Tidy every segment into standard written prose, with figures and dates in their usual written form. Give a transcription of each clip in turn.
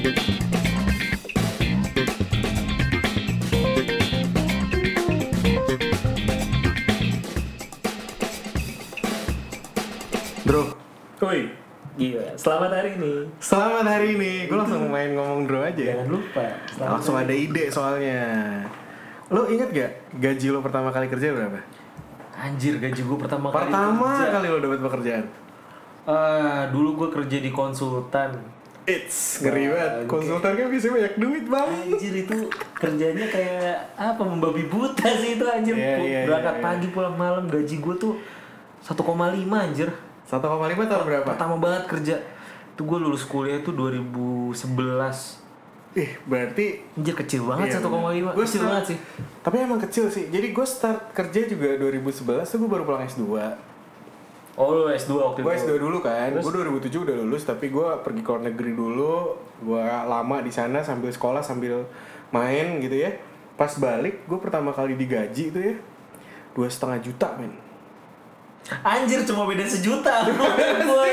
Bro, Woi, gila. Selamat hari ini. selamat hari ini. Gue langsung main ngomong bro aja. Jangan lupa. Langsung ada ide soalnya. Lo inget gak gaji lo pertama kali kerja berapa? Anjir, gaji gue pertama kali Pertama kerja. kali lo dapat pekerjaan. Dulu gue kerja di konsultan. It's ngeri banget. Konsultan kan bisa banyak duit bang. Anjir, itu kerjanya kayak apa, membabi buta sih itu anjir. Berangkat pagi pulang malam, gaji gue tuh 1,5 anjir. 1,5 tahun berapa? Pertama banget kerja. Itu gue lulus kuliah tuh 2011. Berarti Anjir, kecil banget 1,5. Kecil banget sih. Tapi emang kecil sih. Jadi gue start kerja juga 2011 tuh gue baru pulang S2. Oh, lu S2 waktu itu. Gue S2 dulu kan. Gue 2007 udah lulus, tapi gue pergi ke luar negeri dulu. Gue lama di sana sambil sekolah sambil main gitu ya. Pas balik gue pertama kali digaji itu ya 2,5 juta men. Anjir, cuma beda sejuta. Gue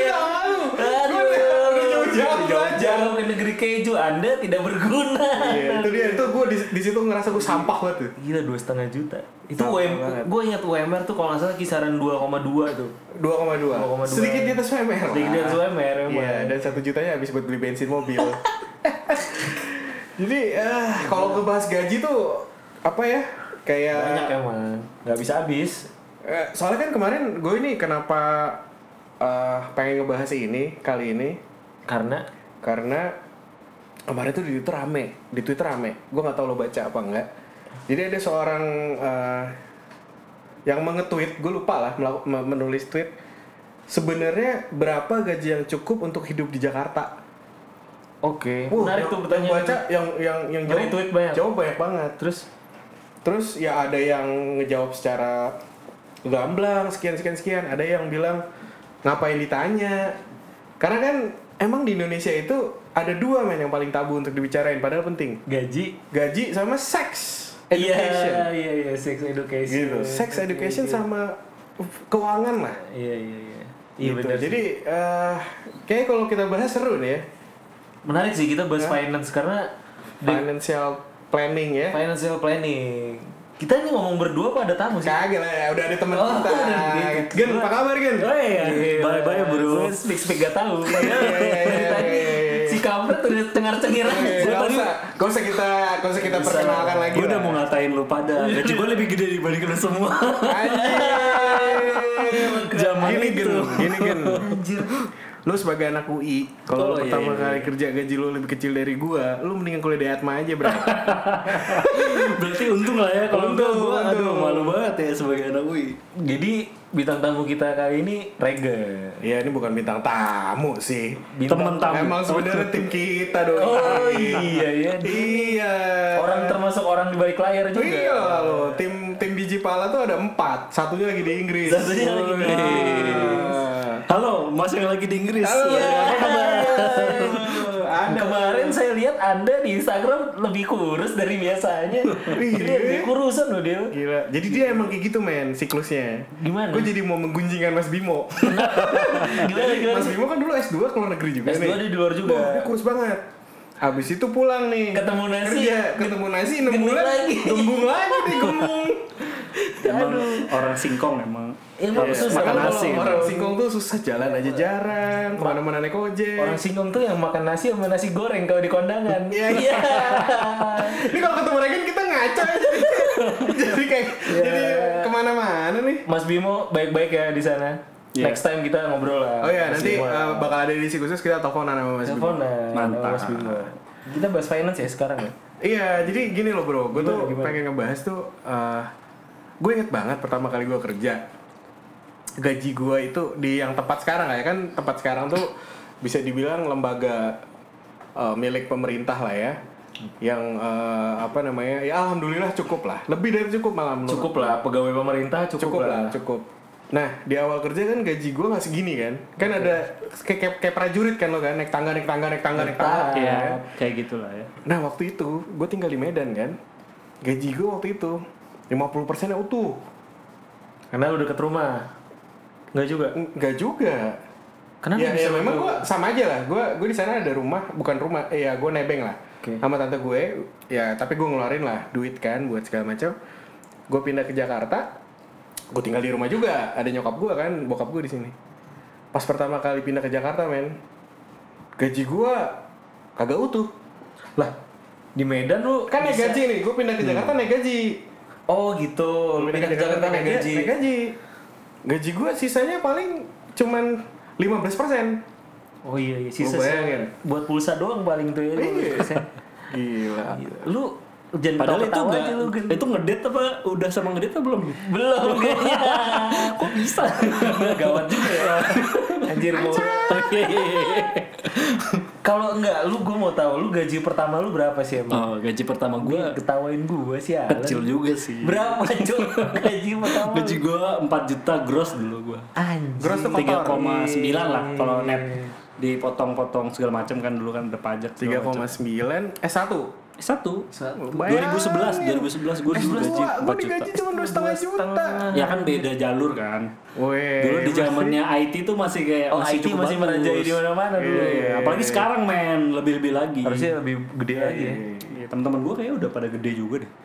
jauh-jauh ke negeri keju. Anda tidak berguna. Iya, itu dia. Itu gue di situ ngerasa gue sampah banget tuh. Gila, 2,5 juta. Itu Sampah banget. gue ingat UMR tuh kalau nggak salah kisaran 2,2 tuh. 2,2. Sedikit di atas UMR lah. Sedikit di atas UMR emang. Iya, dan 1 jutanya habis buat beli bensin mobil. Jadi kalau ngebahas gaji tuh apa ya? Kayak Banyak emang, nggak bisa habis. soalnya kan kemarin gue ini kenapa pengen ngebahas ini kali ini Karena kemarin tuh di Twitter rame. Gue nggak tahu lo baca apa enggak. Jadi ada seorang yang mengetweet, gue lupa lah menulis tweet. Sebenarnya berapa gaji yang cukup untuk hidup di Jakarta? Oke, menarik tuh pertanyaan. Yang baca yang jawab Retweet banyak. Jawab banyak banget. Terus ya ada yang ngejawab secara gamblang sekian. Ada yang bilang ngapain ditanya? Karena kan emang di Indonesia itu ada dua yang paling tabu untuk dibicarain padahal penting. Gaji sama sex education. Iya, sex education. Gitu. Sex education sama keuangan lah. Iya. Gitu. Benar. Jadi kayak kalau kita bahas seru nih ya. Menarik sih kita bahas finance karena Financial planning ya. financial planning. Kita ini ngomong berdua apa ada tamu sih? Kagak lah ya, udah ada teman Oh, kita. ada. Gen, apa kabar Gen? Oh iya. Bye-bye, bro. Speak gak tahu. Iya. Si kampret udah cengar-cengir aja. Gak usah kita perkenalkan lagi. Gue udah lah. mau ngatain lu pada. Gaji gue lebih gede dibanding lu semua. Anjir. Zaman Gini itu. Gen. Lu sebagai anak UI, kalau Oh, pertama iya. kali kerja gaji lu lebih kecil dari gua, lu mendingan kuliah di Atma aja, Bro. Berarti untung lah ya. Kalau enggak gue Untung. malu banget ya sebagai anak UI. Jadi bintang tamu kita kali ini Rega. Ya ini bukan bintang tamu sih. Temen tamu. Emang sebenarnya tim kita dong. Oh iya ya. Iya. Orang termasuk orang di balik layar juga. Iya loh, tim Biji Pala tuh ada 4, satunya lagi di Inggris. Satunya lagi di Inggris. Halo, Mas yang lagi di Inggris. Halo. Ya, apa kabar? Kemarin saya lihat Anda di Instagram lebih kurus dari biasanya. Dia kurusan loh dia. Gila. Jadi dia emang kayak gitu men siklusnya. Gimana? Gue jadi mau menggunjingkan Mas Bimo. Gimana? Mas Bimo kan dulu S2 ke luar negeri juga S2 nih. dia di luar juga. Wah, dia kurus banget. Habis itu pulang nih. Ketemu nasi. Kerja, ketemu nasi 6 Gendut bulan. lagi. Gembung lagi nih, gembung. Emang orang singkong emang. Emang Iya, susah makan kalau nasi. Orang singkong tuh susah jalan aja jarang, kemana-mana naik ojek. Orang singkong tuh yang makan nasi sama nasi goreng kalau di kondangan. Iya. Ini kalau ketemu Regen kita ngaca aja. Jadi kayak jadi kemana-mana nih. Mas Bimo baik-baik ya di sana. Iya. Next time kita ngobrol lah. Oh iya, Mas nanti Bimo. bakal ada edisi khusus kita teleponan sama Mas Bimo. Teleponan sama Mantap. Mas Bimo. Kita bahas finance ya sekarang ya. Iya, jadi gini loh bro, gue tuh Gimana? pengen ngebahas tuh, gue inget banget pertama kali gue kerja, gaji gue itu di yang tempat sekarang ya kan, tempat sekarang tuh bisa dibilang lembaga milik pemerintah lah ya, yang apa namanya, ya alhamdulillah cukup lah, lebih dari cukup malah menurut Cukup lah, pegawai pemerintah cukup lah. cukup. Nah di awal kerja kan gaji gue nggak segini kan ada kayak prajurit kan lo kan, naik tangga. Iya, kayak gitulah ya. Nah waktu itu gue tinggal di Medan kan, gaji gue waktu itu 50%-nya utuh. Karena lu deket rumah. Enggak juga. Enggak juga. Kenapa ya, bisa ya memang gitu? gue sama aja lah. Gue di sana ada rumah, bukan rumah, ya gue nebeng lah. Oke. Sama tante gue, ya tapi gue ngeluarin lah duit kan buat segala macam. Gue pindah ke Jakarta, gue tinggal di rumah juga. Ada nyokap gue kan, bokap gue di sini. Pas pertama kali pindah ke Jakarta men, gaji gue kagak utuh. Lah, di Medan lu Kan naik gaji nih, gue pindah ke Jakarta naik gaji. Oh gitu, lu pindah ke Jakarta naik gaji. Naik gaji. Gaji gue sisanya paling cuman 15%. Oh iya, sisa Lu bayangin. buat pulsa doang paling tuh ya. Iya. 15%. Gila. Lu jangan Padahal itu ketawa enggak, aja lu Gen. itu ngedate apa udah sama ngedate apa belum? Belum kayaknya. Kok bisa? Gawat juga ya. Anjir mau. Kalau enggak, gue mau tahu lu gaji pertama lu berapa sih emang? Oh, gaji pertama gue Ketawain gue sih ya. kecil juga sih. Berapa Cuk gaji pertama? Gaji gue 4 juta gross dulu gue. Anjir. Gross tuh kotor. 3,9 lah kalau net dipotong-potong segala macam kan dulu kan ada pajak 3,9 S1. satu Bayar. 2011 gue dulu gaji 4 Gue juta. digaji cuma 2,5 juta. Ya kan beda jalur kan. Weh. Dulu di zamannya IT tuh masih kayak IT cukup masih bagus. merajai di mana-mana dulu. Iya, apalagi sekarang men lebih lagi. Harusnya lebih gede lagi ya. Iya, teman-teman gue kayak udah pada gede juga deh.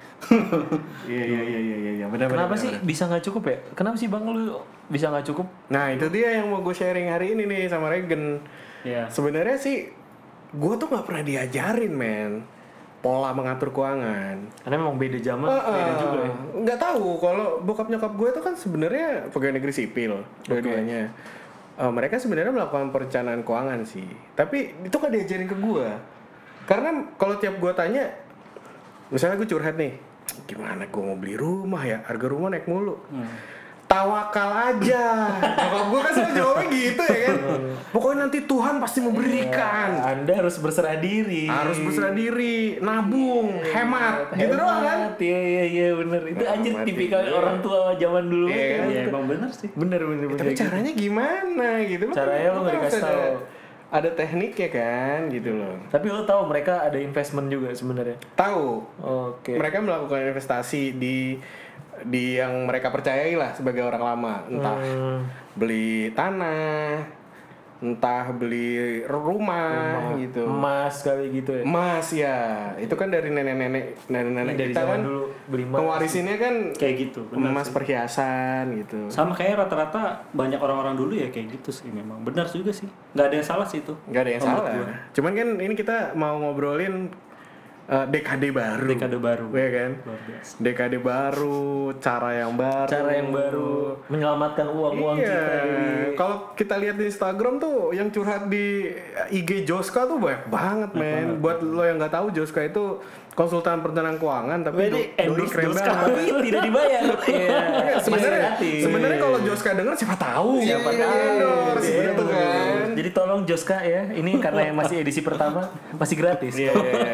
Iya, benar. Kenapa sih bisa nggak cukup ya? Kenapa sih bang lu bisa nggak cukup? Nah, itu dia yang mau gue sharing hari ini nih sama Regen. Iya. Sebenarnya sih gue tuh nggak pernah diajarin men pola mengatur keuangan. Karena memang beda zaman, beda juga ya. Nggak tahu kalau bokap nyokap gue tuh kan sebenarnya pegawai negeri sipil dua-duanya. Mereka sebenarnya melakukan perencanaan keuangan sih, tapi itu kan diajarin ke gue. Karena kalau tiap gue tanya, misalnya gue curhat nih, gimana gue mau beli rumah ya, harga rumah naik mulu. Tawakal aja. Nyokap gue kan selalu jawabnya gitu ya kan. Pokoknya nanti Tuhan pasti memberikan. Anda harus berserah diri. Harus berserah diri, nabung, hemat, gitu doang kan? Iya bener. Itu anjir Hemat, tipikal iya. orang tua zaman dulu. Iya, kan? Iya emang bener sih. Bener. Tapi caranya gimana gitu? Caranya lo nggak harus dikasih tahu. Ada tekniknya kan gitu loh. Tapi lo tahu mereka ada investment juga sebenarnya. Tahu. Oke. Mereka melakukan investasi di yang mereka percayai lah sebagai orang lama, entah beli tanah, entah beli rumah gitu. Emas kali gitu ya. Emas ya, itu kan dari nenek-nenek Dari kita zaman kan dulu beli emas. ngewarisinnya kan Kayak gitu. bener emas sih. perhiasan gitu. Sama kayak rata-rata banyak orang-orang dulu ya kayak gitu sih memang. Benar juga sih. Nggak ada yang salah sih itu. Nggak ada yang Menurut salah. gua. Cuman kan ini kita mau ngobrolin dekade baru. Dekade baru. Iya kan? Luar biasa. Dekade baru, cara yang baru. Menyelamatkan uang-uang Iya. kita. Kalau kita lihat di Instagram tuh yang curhat di IG Joska tuh banyak banget, men. Buat lo yang nggak tahu, Joska itu konsultan perencanaan keuangan, tapi Jadi doi endorse keren Joska banget. tapi tidak dibayar. Iya. Sebenarnya kalau Joska denger siapa tahu. Siapa Iya, tahu. endorse Iya, gitu kan. Jadi tolong Joska ya, ini karena yang masih edisi pertama masih gratis. Iya.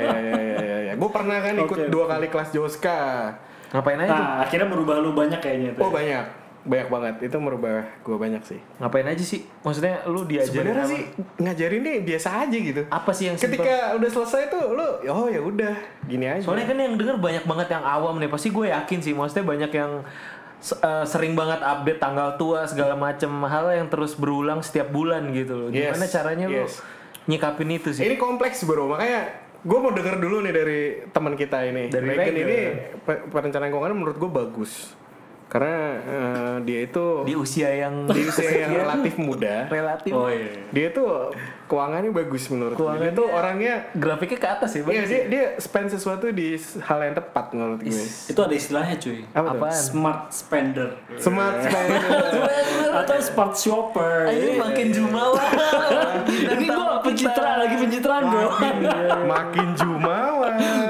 Gue pernah kan ikut 2 kali kelas Joska. Ngapain aja tuh? Nah, akhirnya merubah lu banyak kayaknya itu. Oh banyak banget. Itu merubah gue banyak sih. Ngapain aja sih? Maksudnya lu diajarin Sebenarnya apa? sih ngajarin nih biasa aja gitu. Apa sih yang simpel? Ketika udah selesai tuh lu, oh ya udah gini aja. Soalnya kan yang denger banyak banget yang awam nih. Pasti gue yakin sih, maksudnya banyak yang sering banget update tanggal tua segala macam hal yang terus berulang setiap bulan gitu loh. Gimana caranya lu nyikapin itu sih? Ini kompleks bro, makanya gue mau denger dulu nih dari teman kita ini. Dari Regen Regen. ini perencanaan keuangan menurut gue bagus. Karena dia itu Di usia yang relatif muda. relatif. Oh iya. Dia tuh keuangannya bagus menurut gue. Dia tuh orangnya Grafiknya ke atas ya, iya, bagus. dia spend sesuatu di hal yang tepat menurut gue. Itu ada istilahnya cuy. Apa tuh? Apaan? Smart spender. Smart spend. Atau smart shopper. Ini makin jumawa. Ini gua pencitraan bro. Makin jumawa.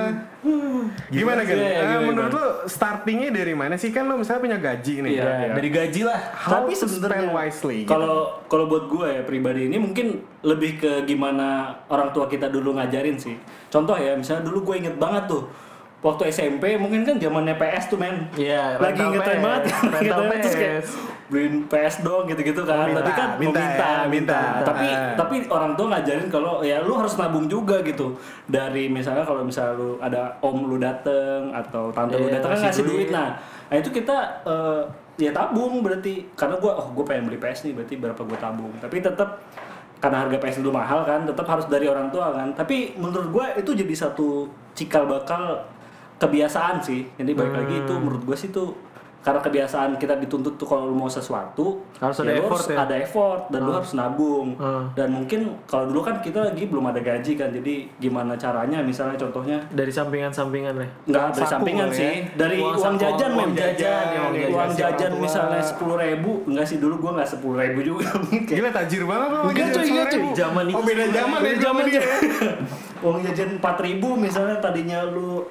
Gimana kan? Gimana? Menurut lo startingnya dari mana sih? Kan lo misalnya punya gaji nih. Iya, Ya. Dari gaji lah. How Tapi to sebenarnya spend wisely. Gitu. kalau buat gue ya pribadi ini mungkin lebih ke gimana orang tua kita dulu ngajarin sih. Contoh ya, misalnya dulu gue inget banget tuh waktu SMP mungkin kan zamannya PS tuh men. Iya, Lagi rental ngetren PS, banget. rental Terus kayak PS. beliin PS dong gitu-gitu kan. Minta, Tapi kan minta. Tapi orang tua ngajarin kalau ya lu harus nabung juga gitu. Dari misalnya kalau misalnya lu ada om lu dateng atau tante lu Iya, dateng kan ngasih ngasih duit. duit. Nah itu kita ya tabung berarti karena gue pengen beli PS nih berarti berapa gue tabung. Tapi tetap karena harga PS dulu mahal kan, tetap harus dari orang tua kan. Tapi menurut gue itu jadi satu cikal bakal kebiasaan sih. Jadi balik lagi itu menurut gue sih tuh karena kebiasaan kita dituntut tuh kalau lu mau sesuatu harus ada effort ya? Ada effort dan lu harus nabung. Dan mungkin kalau dulu kan kita lagi belum ada gaji kan, jadi gimana caranya misalnya contohnya dari sampingan-sampingan ya? Nggak dari Saku sampingan ya. sih, dari uang jajan men. Uang jajan orang tua. misalnya 10.000, enggak sih dulu gua nggak 10.000 juga. Gila tajir banget lo. Enggak cuy, enggak cuy. Zaman itu. Oh beda zaman ya zaman Zamannya. Uang jajan 4.000 misalnya tadinya lu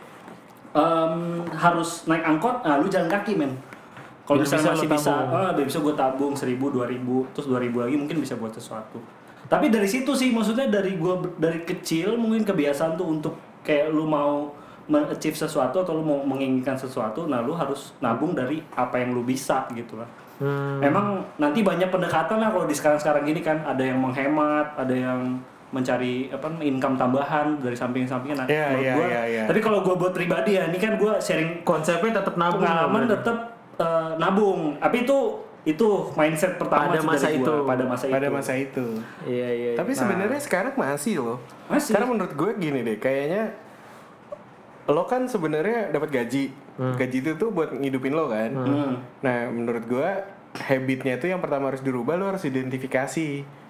harus naik angkot, lu jalan kaki men. Kalau Biar misalnya bisa masih lu bisa, tabung. bisa gue tabung 1.000, 2.000, terus 2.000 lagi mungkin bisa buat sesuatu. Tapi dari situ sih, maksudnya dari kecil mungkin kebiasaan tuh untuk kayak lu mau achieve sesuatu atau lu mau menginginkan sesuatu, nah lu harus nabung dari apa yang lu bisa gitu lah. Emang nanti banyak pendekatan lah kalau di sekarang gini kan, ada yang menghemat, ada yang mencari income tambahan dari samping-sampingan. Iya. Tapi kalau gue buat pribadi ya, ini kan gue sharing Konsepnya tetap nabung. pengalaman tetap nabung. Tapi itu mindset pertama Pada masa dari itu. gua, pada masa itu. Iya. Tapi sebenarnya sekarang masih loh. Masih. Karena menurut gue gini deh, kayaknya lo kan sebenarnya dapat gaji. Gaji itu tuh buat ngidupin lo kan. Nah, menurut gue habitnya itu yang pertama harus dirubah, lo harus identifikasi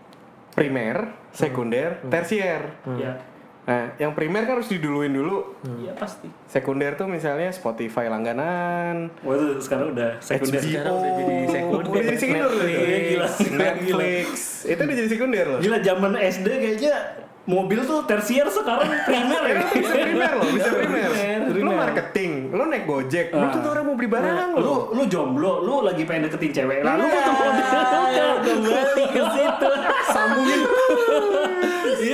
primer, sekunder, tersier. Ya. Nah, yang primer kan harus diduluin dulu. Iya pasti. Sekunder tuh misalnya Spotify langganan, Wah itu sekarang udah sekunder. Sekarang udah jadi sekunder. Udah jadi sekunder loh. Netflix. Netflix. Itu udah jadi sekunder loh. Gila zaman SD kayaknya mobil tuh tersier, sekarang primer ya. Bisa primer loh, bisa primer. Lu marketing, lu naik Gojek, lu tuh orang mau beli barang lo. Lu jomblo, lu lagi pengen deketin cewek. Lalu Iya. butuh mobil kan. Kembali ke situ. Sambungin. Iya.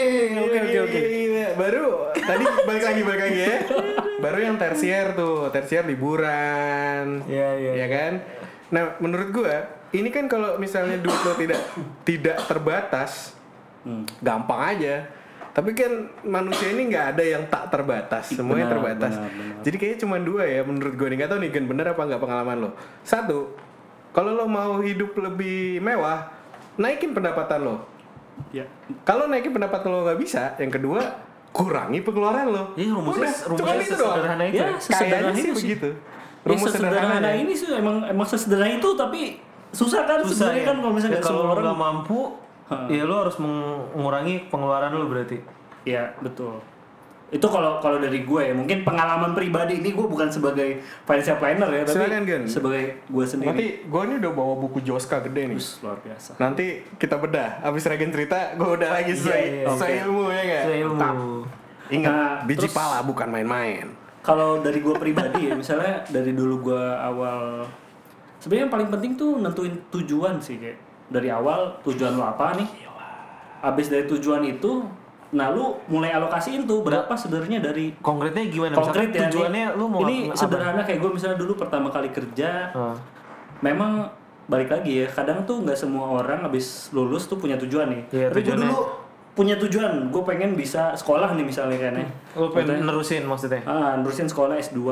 Oke. Iya. Baru tadi balik lagi ya. Baru yang tersier tuh, tersier liburan. Iya. Ya kan? Nah, menurut gua ini kan kalau misalnya duit lo tidak terbatas, gampang aja. Tapi kan manusia ini nggak ada yang tak terbatas, semuanya terbatas. Benar. Jadi kayaknya cuma dua ya menurut gue nih, nggak tahu nih Gen bener apa nggak pengalaman lo. Satu, kalau lo mau hidup lebih mewah, naikin pendapatan lo. Ya. Kalau naikin pendapatan lo nggak bisa, yang kedua kurangi pengeluaran lo. Iya, rumusnya cuma itu doang. sesederhana itu. Ya, Ya. sesederhana Kayaknya sih itu sih. begitu. Ya, Rumus sesederhana sederhana ini sih emang sesederhana itu, tapi susah kan sebenarnya kan kalau misalnya nggak kalau semua lo orang. nggak mampu, ya lo harus mengurangi pengeluaran lo berarti. Iya betul. Itu kalau dari gue ya, mungkin pengalaman pribadi ini, gue bukan sebagai financial planner ya, tapi Silakan, Gen. sebagai gue sendiri. Nanti gue ini udah bawa buku Joska gede nih. Luar biasa. Nanti kita bedah. Abis Regen cerita, gue udah lagi sesuai Oke. ilmu ya nggak? Sesuai ilmu. Mantap. Ingat, Nah, biji terus- pala bukan main-main. Kalau dari gue pribadi ya, misalnya dari dulu gue awal, sebenarnya yang paling penting tuh nentuin tujuan sih, kayak dari awal tujuan lo apa nih. Abis dari tujuan itu, nah lu mulai alokasiin tuh berapa sebenarnya dari Konkretnya gimana? konkret Misalkan ya. tujuannya nih, lu mau ini apa? sederhana kayak gue misalnya dulu pertama kali kerja, memang balik lagi ya, kadang tuh nggak semua orang habis lulus tuh punya tujuan nih. Iya, Tapi gue tujuannya- dulu punya tujuan, gue pengen bisa sekolah nih misalnya kan ya. Lu pengen nerusin maksudnya? Nerusin sekolah S2.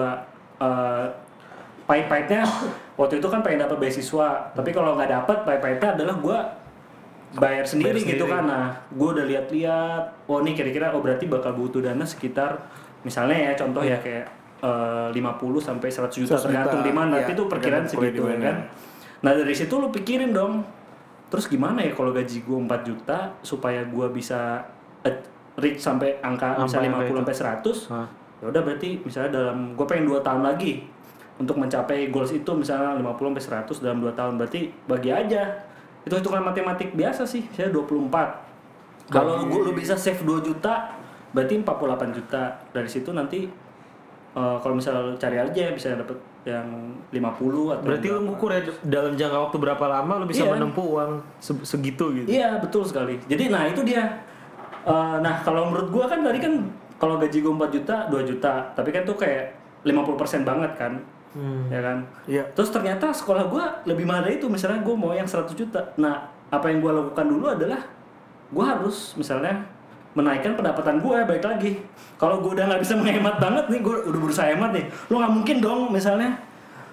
Pahit-pahitnya waktu itu kan pengen dapat beasiswa, tapi kalau nggak dapat, pahit-pahitnya adalah gue bayar sendiri gitu kan. Nah, gue udah lihat-lihat, oh nih kira-kira berarti bakal butuh dana sekitar, misalnya ya contoh ya kayak 50 sampai 100 juta 100 tergantung juta, di mana, iya, tapi itu perkiraan tergantung kuliah segitu di ya mana. kan. Nah dari situ lu pikirin dong, terus gimana ya kalau gaji gue 4 juta supaya gue bisa reach sampai angka misalnya 50 sampai 100. Ya udah berarti misalnya dalam gue pengen 2 tahun lagi untuk mencapai goals itu, misalnya 50 sampai 100 dalam 2 tahun, berarti bagi aja. Itu hitungan matematik biasa sih, misalnya 24. Kalau lu bisa save 2 juta, berarti 48 juta. Dari situ nanti kalau misalnya cari aja bisa dapat yang 50 atau Berarti lu ngukur ya dalam jangka waktu berapa lama lu bisa Iya. menempuh uang segitu gitu. Iya betul sekali. Jadi nah itu dia. Nah kalau menurut gua kan tadi kan kalau gaji gua 4 juta, 2 juta, tapi kan tuh kayak 50% banget kan. Ya kan? Iya. Terus ternyata sekolah gua lebih mahal dari itu, misalnya gua mau yang 100 juta. Nah, apa yang gua lakukan dulu adalah gua harus misalnya menaikkan pendapatan gue, balik lagi. Kalau gue udah nggak bisa menghemat banget nih, gue udah berusaha hemat nih, lo nggak mungkin dong misalnya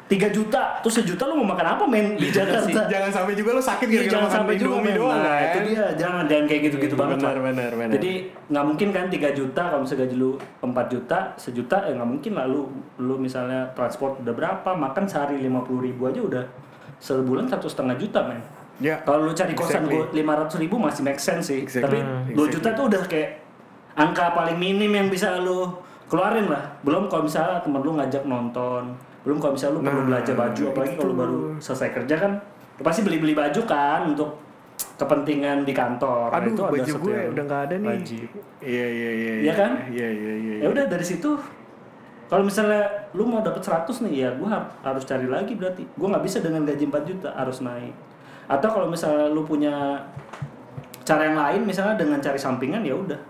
3 juta, terus 1 juta lu mau makan apa men di Jakarta? Jangan sampai juga lu sakit gara-gara jangan makan sampai juga Indomie doang nah, kan. itu dia, jangan kayak gitu-gitu banget. Benar. Jadi nggak mungkin kan 3 juta kalau misalnya gaji lu 4 juta, 1 juta ya nggak mungkin lah lu misalnya transport udah berapa, makan sehari 50.000 aja udah sebulan 1,5 juta men. Ya. Kalau lu cari kosan 500.000 masih make sense sih. Tapi 2 juta tuh udah kayak angka paling minim yang bisa lu keluarin lah. Belum kalau misalnya temen lu ngajak nonton, belum kalau misalnya lu perlu belanja baju, apalagi kalau baru selesai kerja kan lu pasti beli baju kan untuk kepentingan di kantor. Aduh, itu baju ada gue udah nggak ada nih. Wajib. Iya. Iya kan? Iya. Ya udah dari situ kalau misalnya lu mau dapat 100 nih ya gua harus cari lagi berarti. Gua nggak bisa dengan gaji 4 juta harus naik. Atau kalau misalnya lu punya cara yang lain misalnya dengan cari sampingan ya udah.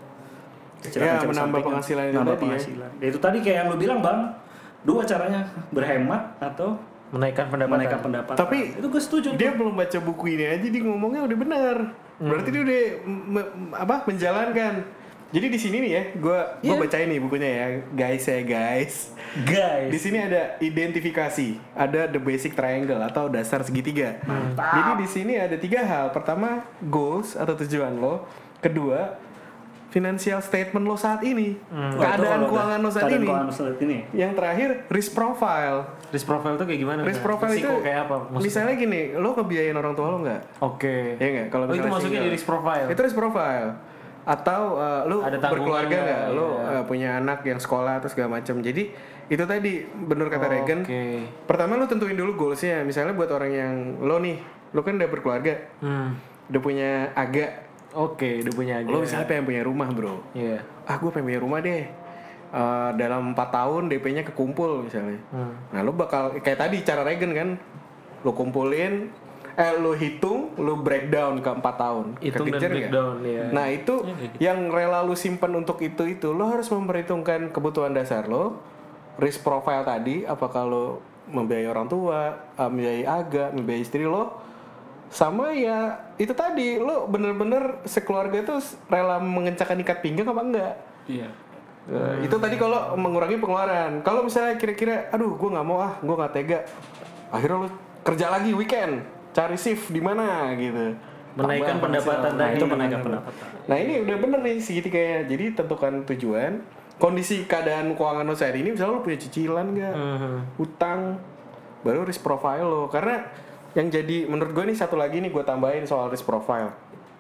Ya, menambah penghasilan itu tadi ya. Itu tadi kayak yang lu bilang Bang, 2 caranya, berhemat atau menaikkan pendapatan. Tapi itu gue setuju. Dia belum baca buku ini aja dia ngomongnya udah benar. Berarti dia udah menjalankan. Jadi di sini nih ya, gue bacain nih bukunya ya, guys. Di sini ada identifikasi, ada the basic triangle atau dasar segitiga. Jadi di sini ada 3 hal. Pertama, goals atau tujuan lo. Kedua, financial statement lo saat ini, keadaan keuangan lo saat ini. Yang terakhir, risk profile. Risk profile tuh kayak gimana? Risk profile itu kayak apa? Maksudnya? Misalnya gini, lo ngebiayain orang tua lo nggak? Oke. Ya nggak? Kalau itu masuknya di risk profile. Itu risk profile. Atau lo berkeluarga nggak? Lo punya anak yang sekolah atau segala macam. Jadi itu tadi bener kata Regan. Pertama lo tentuin dulu goalsnya. Misalnya buat orang yang lo nih, lo kan udah berkeluarga, udah punya agak. Udah punya agak. Lo misalnya pengen punya rumah bro. Iya. Gue pengen punya rumah deh. Dalam 4 tahun DP-nya kekumpul misalnya. Nah lo bakal kayak tadi cara Regan kan, lo kumpulin, lo hitung, lo breakdown ke 4 tahun. Hitung dan breakdown ya. Nah itu yang rela lo simpan untuk itu lo harus memperhitungkan kebutuhan dasar lo, risk profile tadi, apakah lo membiayai orang tua, membiayai agak, membiayai istri lo, sama ya itu tadi lo bener-bener sekeluarga tuh rela mengencangkan ikat pinggang apa enggak? Iya. Itu tadi kalau mengurangi pengeluaran. Kalau misalnya kira-kira, aduh gue nggak mau gue nggak tega, akhirnya lo kerja lagi weekend, cari shift di mana gitu. Menaikkan pendapatan tadi. Itu menaikkan pendapatan. Nah ini udah bener nih segitiganya. Jadi tentukan tujuan, kondisi keadaan keuangan lo saat ini, misalnya lo punya cicilan nggak, hutang, baru risk profile lo. Karena yang jadi menurut gue nih satu lagi nih gue tambahin soal risk profile.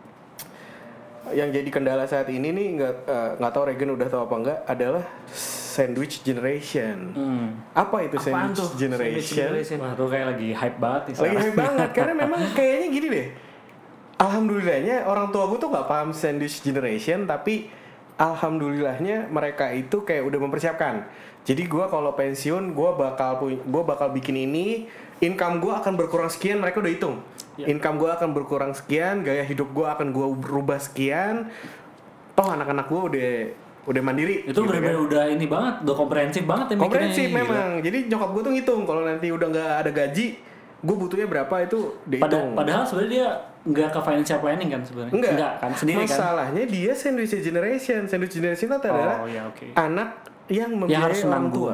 Yang jadi kendala saat ini nih nggak tahu Regan udah tahu apa enggak adalah sandwich generation. Apa itu sandwich generation? Wah, tuh kayak lagi hype banget nih. Lagi hype banget karena memang kayaknya gini deh. Alhamdulillahnya orang tua gue tuh nggak paham sandwich generation, tapi alhamdulillahnya mereka itu kayak udah mempersiapkan. Jadi gue kalau pensiun gue bakal bikin ini, income gue akan berkurang sekian, mereka udah hitung. Income gue akan berkurang sekian, gaya hidup gue akan gue rubah sekian. Toh anak-anak gue udah mandiri. Itu gitu benar-benar udah ini banget, udah komprehensif banget ya mikirnya. Komprehensif memang. Jadi nyokap gue tuh ngitung kalau nanti udah nggak ada gaji, gue butuhnya berapa itu dihitung. Padahal sebenarnya dia nggak ke financial planning kan sebenarnya. Enggak kan sendiri kan. Masalahnya dia sandwich generation. Sandwich generation itu adalah anak yang membiayai orang tua.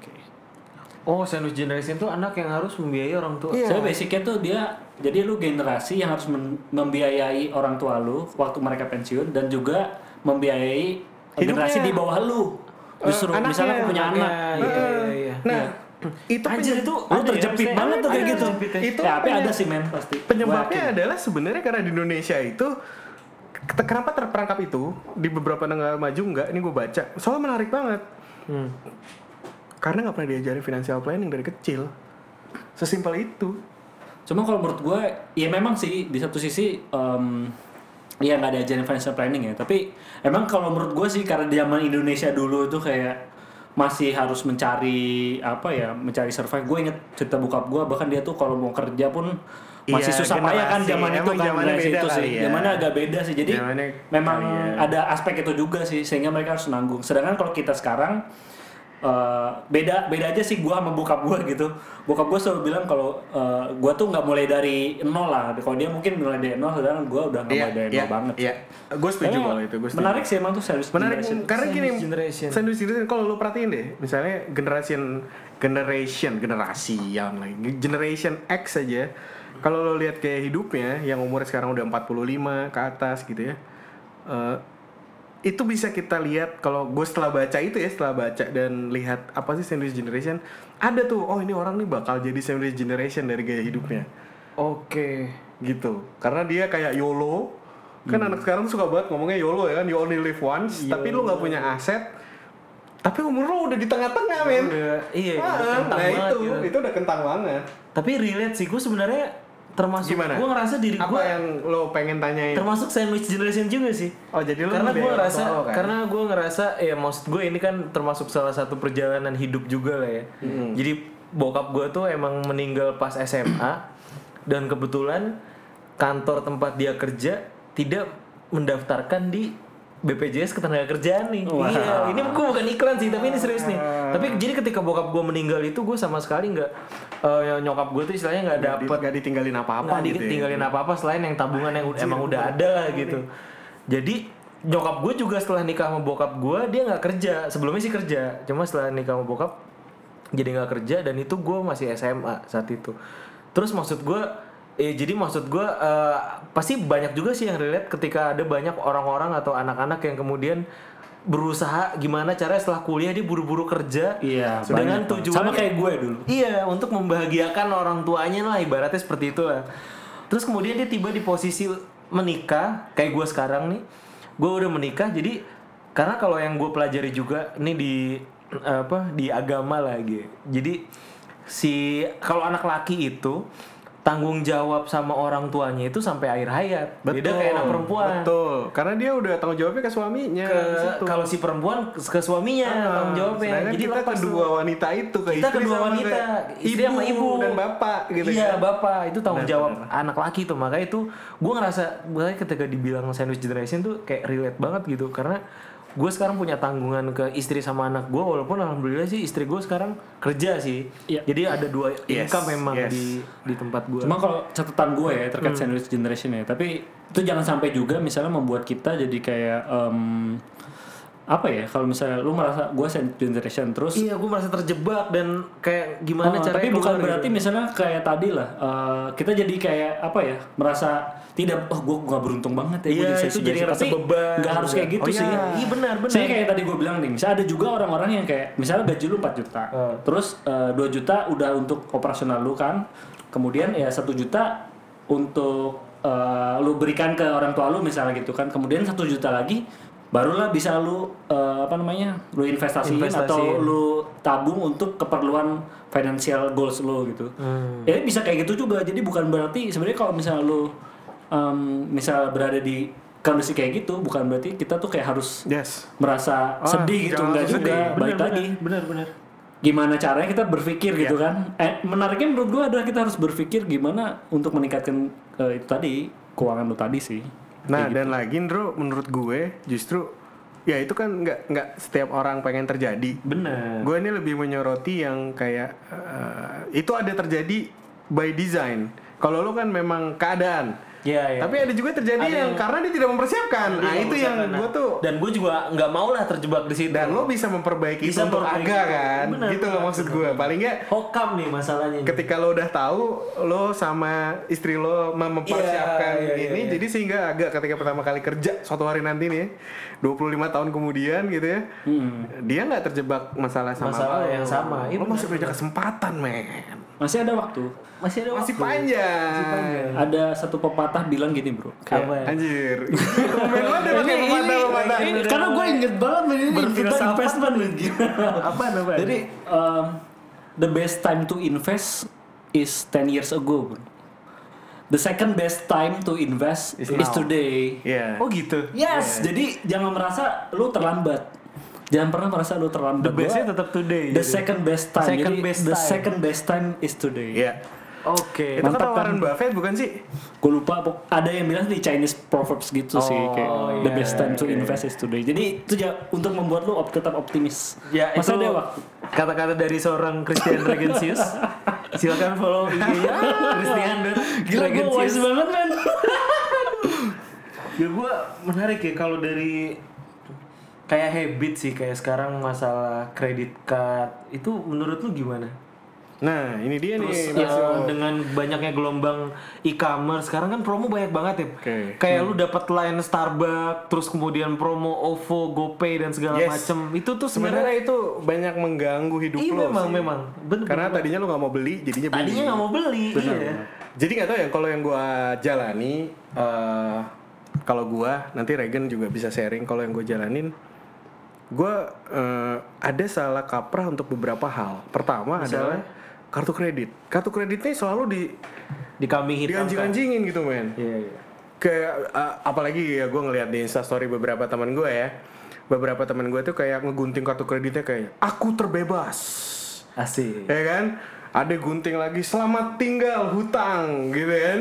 Sandwich generation itu anak yang harus membiayai orang tua. Saya basicnya tuh dia, jadi lu generasi yang harus membiayai orang tua lu waktu mereka pensiun dan juga membiayai generasi di bawah lu. Justru misalnya punya anak gitu. Nah, itu anjir itu lu terjepit banget tuh kayak gitu. Itu tapi ada sih men pasti. Penyebabnya adalah sebenarnya karena di Indonesia itu kenapa terperangkap itu di beberapa negara maju enggak? Ini gue baca. Soalnya menarik banget. Karena nggak pernah diajarin financial planning dari kecil. Sesimpel itu. Cuma kalau menurut gue, ya memang sih di satu sisi ya nggak diajarin financial planning ya. Tapi emang kalau menurut gue sih karena di zaman Indonesia dulu itu kayak masih harus mencari mencari survive. Gue inget cerita bokap gue, bahkan dia tuh kalau mau kerja pun masih susah payah kan zaman itu kan generasi itu sih. Zamannya agak beda sih. Jadi memang ada aspek itu juga sih sehingga mereka harus nanggung. Sedangkan kalau kita sekarang beda aja sih gue sama bokap gue gitu. Bokap gue selalu bilang kalau gue tuh nggak mulai dari nol lah. Kalau dia mungkin mulai dari nol, sedangkan gue udah nggak mulai dari nol banget. Iya, gue setuju kalau itu. Menarik sih emang tuh Sandwich menarik Generation. karena gini, Sandwich Generation kalau lu perhatiin deh, misalnya generasi yang lagi Generation X aja, kalau lo lihat kayak hidupnya yang umurnya sekarang udah 45 ke atas gitu ya, itu bisa kita lihat. Kalau gue setelah baca dan lihat apa sih Sandwich Generation, ada tuh, oh ini orang nih bakal jadi Sandwich Generation dari gaya hidupnya. Oke. Gitu, karena dia kayak YOLO. Kan anak sekarang suka banget ngomongnya YOLO ya kan, you only live once. Tapi lu nggak punya aset, tapi umur lu udah di tengah-tengah, men. Iya, nah itu udah kentang banget. Tapi relate sih, gue sebenarnya termasuk, gue ngerasa diri gue apa yang lo pengen tanyain, termasuk Sandwich Generation juga sih. Oh jadi lo karena gue ngerasa kan? Karena gue ngerasa ya maksud gue ini kan termasuk salah satu perjalanan hidup juga lah ya. Jadi bokap gue tuh emang meninggal pas SMA dan kebetulan kantor tempat dia kerja tidak mendaftarkan di BPJS Ketenagakerjaan nih. Wow. Iya, ini gue bukan iklan sih, tapi ini serius nih. Tapi jadi ketika bokap gue meninggal itu gue sama sekali nggak, nyokap gue tuh istilahnya nggak dapet, nggak ditinggalin apa-apa, nggak ditinggalin apa-apa selain yang tabungan yang emang udah ada lah gitu. Jadi nyokap gue juga setelah nikah sama bokap gue dia nggak kerja. Sebelumnya sih kerja, cuma setelah nikah sama bokap jadi nggak kerja, dan itu gue masih SMA saat itu. Terus maksud gue pasti banyak juga sih yang relate ketika ada banyak orang-orang atau anak-anak yang kemudian berusaha gimana caranya setelah kuliah dia buru-buru kerja, dengan tujuan sama kayak gue dulu. Iya, untuk membahagiakan orang tuanya lah, ibaratnya seperti itu lah. Terus kemudian dia tiba di posisi menikah, kayak gue sekarang nih, gue udah menikah. Jadi karena kalau yang gue pelajari juga ini di agama lagi. Jadi kalau anak laki itu tanggung jawab sama orang tuanya itu sampai akhir hayat. Beda kayak anak perempuan. Betul. Karena dia udah tanggung jawabnya ke suaminya. Kalau si perempuan ke suaminya tanggung jawabnya. Jadi kita kedua wanita itu ke kita kedua wanita, istri sama ibu dan bapak gitu. Iya, bapak itu tanggung jawab anak laki tuh. Makanya itu gue ngerasa ketika dibilang Sandwich Generation tuh kayak relate banget gitu, karena gue sekarang punya tanggungan ke istri sama anak gue, walaupun alhamdulillah sih istri gue sekarang kerja sih. Jadi ada dua income memang di tempat gue. Cuma kalau catatan gue ya terkait Sandwich Generation ya, tapi itu jangan sampai juga misalnya membuat kita jadi kayak apa ya, kalau misalnya lu merasa gue Sandwich Generation terus gue merasa terjebak dan kayak gimana caranya. Tapi bukan berarti misalnya kayak tadi lah kita jadi kayak apa ya, merasa tidak, gue gak beruntung banget ya gue itu jadi rasa beban. Gak harus kayak gitu sih. Iya benar. Saya kayak tadi gue bilang nih, misalnya ada juga orang-orang yang kayak misalnya gaji lu 4 juta, terus 2 juta udah untuk operasional lu kan, kemudian ya 1 juta untuk lu berikan ke orang tua lu misalnya gitu kan, kemudian 1 juta lagi barulah bisa lu lu investasiin atau lu tabung untuk keperluan financial goals lu gitu. Ya bisa kayak gitu juga. Jadi bukan berarti sebenarnya kalau misalnya lu misal berada di kondisi kayak gitu, bukan berarti kita tuh kayak harus merasa sedih gitu, enggak juga. Balik lagi. Benar. Gimana caranya kita berpikir gitu kan? Menariknya menurut gua adalah kita harus berpikir gimana untuk meningkatkan itu tadi, keuangan lu tadi sih. Nah dan lagi Ndro, menurut gue justru ya itu kan nggak setiap orang pengen terjadi. Benar. Gue ini lebih menyoroti yang kayak itu ada terjadi by design. Kalau lo kan memang keadaan. Iya. Tapi ada juga terjadi yang karena dia tidak mempersiapkan. Nah itu yang gue tuh. Dan gue juga nggak mau lah terjebak di situ. Dan lo bisa memperbaiki itu untuk agak kan. Bener, gitu loh maksud gue. Paling nggak. Hokam nih masalahnya. Ketika lo udah tahu, lo sama istri lo mempersiapkan ini. Jadi sehingga agak ketika pertama kali kerja suatu hari nanti nih, 25 tahun kemudian gitu ya, dia nggak terjebak masalah yang sama. Lo masih punya kesempatan, men. Masih ada waktu. Masih panjang. Ada satu pepatah bilang gini bro. Anjir. Komen lo ada pakai pepatah. Karena gue inget banget ini investment gitu. Apa? Jadi the best time to invest is 10 years ago bro. The second best time to invest is today. Oh gitu. Yes. Jadi jangan merasa lu terlambat. Jangan pernah merasa lu terlambat. The bestnya tetap today. The second best time. The second best time is today. Yeah. Oke. Itu kata Warren Buffett bukan sih? Gue lupa, ada yang bilang di Chinese proverbs gitu sih, kayak the best time to invest is today. Jadi itu untuk membuat lu tetap optimis. Ya, masa itu ada waktu. Kata-kata dari seorang Christian Regensius. Silakan follow IG-nya Christian Gila, gue wise banget kan. Ya gue menarik ya kalau dari kayak habit sih, kayak sekarang masalah credit card itu menurut lu gimana? Nah, ini dia Terus nih. dengan banyaknya gelombang e-commerce sekarang kan promo banyak banget ya. Okay. Kayak lu dapat line Starbucks, terus kemudian promo OVO, GoPay dan segala macem. Itu tuh sebenarnya itu banyak mengganggu hidup lo. Memang. Bener, karena tadinya lu nggak mau beli, jadinya beli. Tadinya nggak mau beli. Bener. Iya. Jadi nggak tahu ya kalau yang gua jalani, kalau gua nanti Regen juga bisa sharing kalau yang gua jalanin. Gua ada salah kaprah untuk beberapa hal. Pertama adalah kartu kredit. Kartu kreditnya selalu dikambing hitam. Dianjing-anjingin gitu, men. Iya. Kayak apalagi ya gue ngeliat di Instastory beberapa teman gue ya. Beberapa teman gue tuh kayak ngegunting kartu kreditnya kayak aku terbebas. Asik. Ya kan? Ada gunting lagi selamat tinggal hutang gitu kan.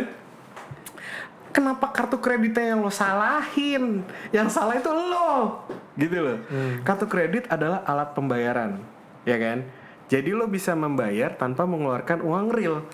Kenapa kartu kreditnya yang lo salahin? Yang salah itu lo. Gitu loh. Kartu kredit adalah alat pembayaran, ya kan? Jadi lo bisa membayar tanpa mengeluarkan uang real.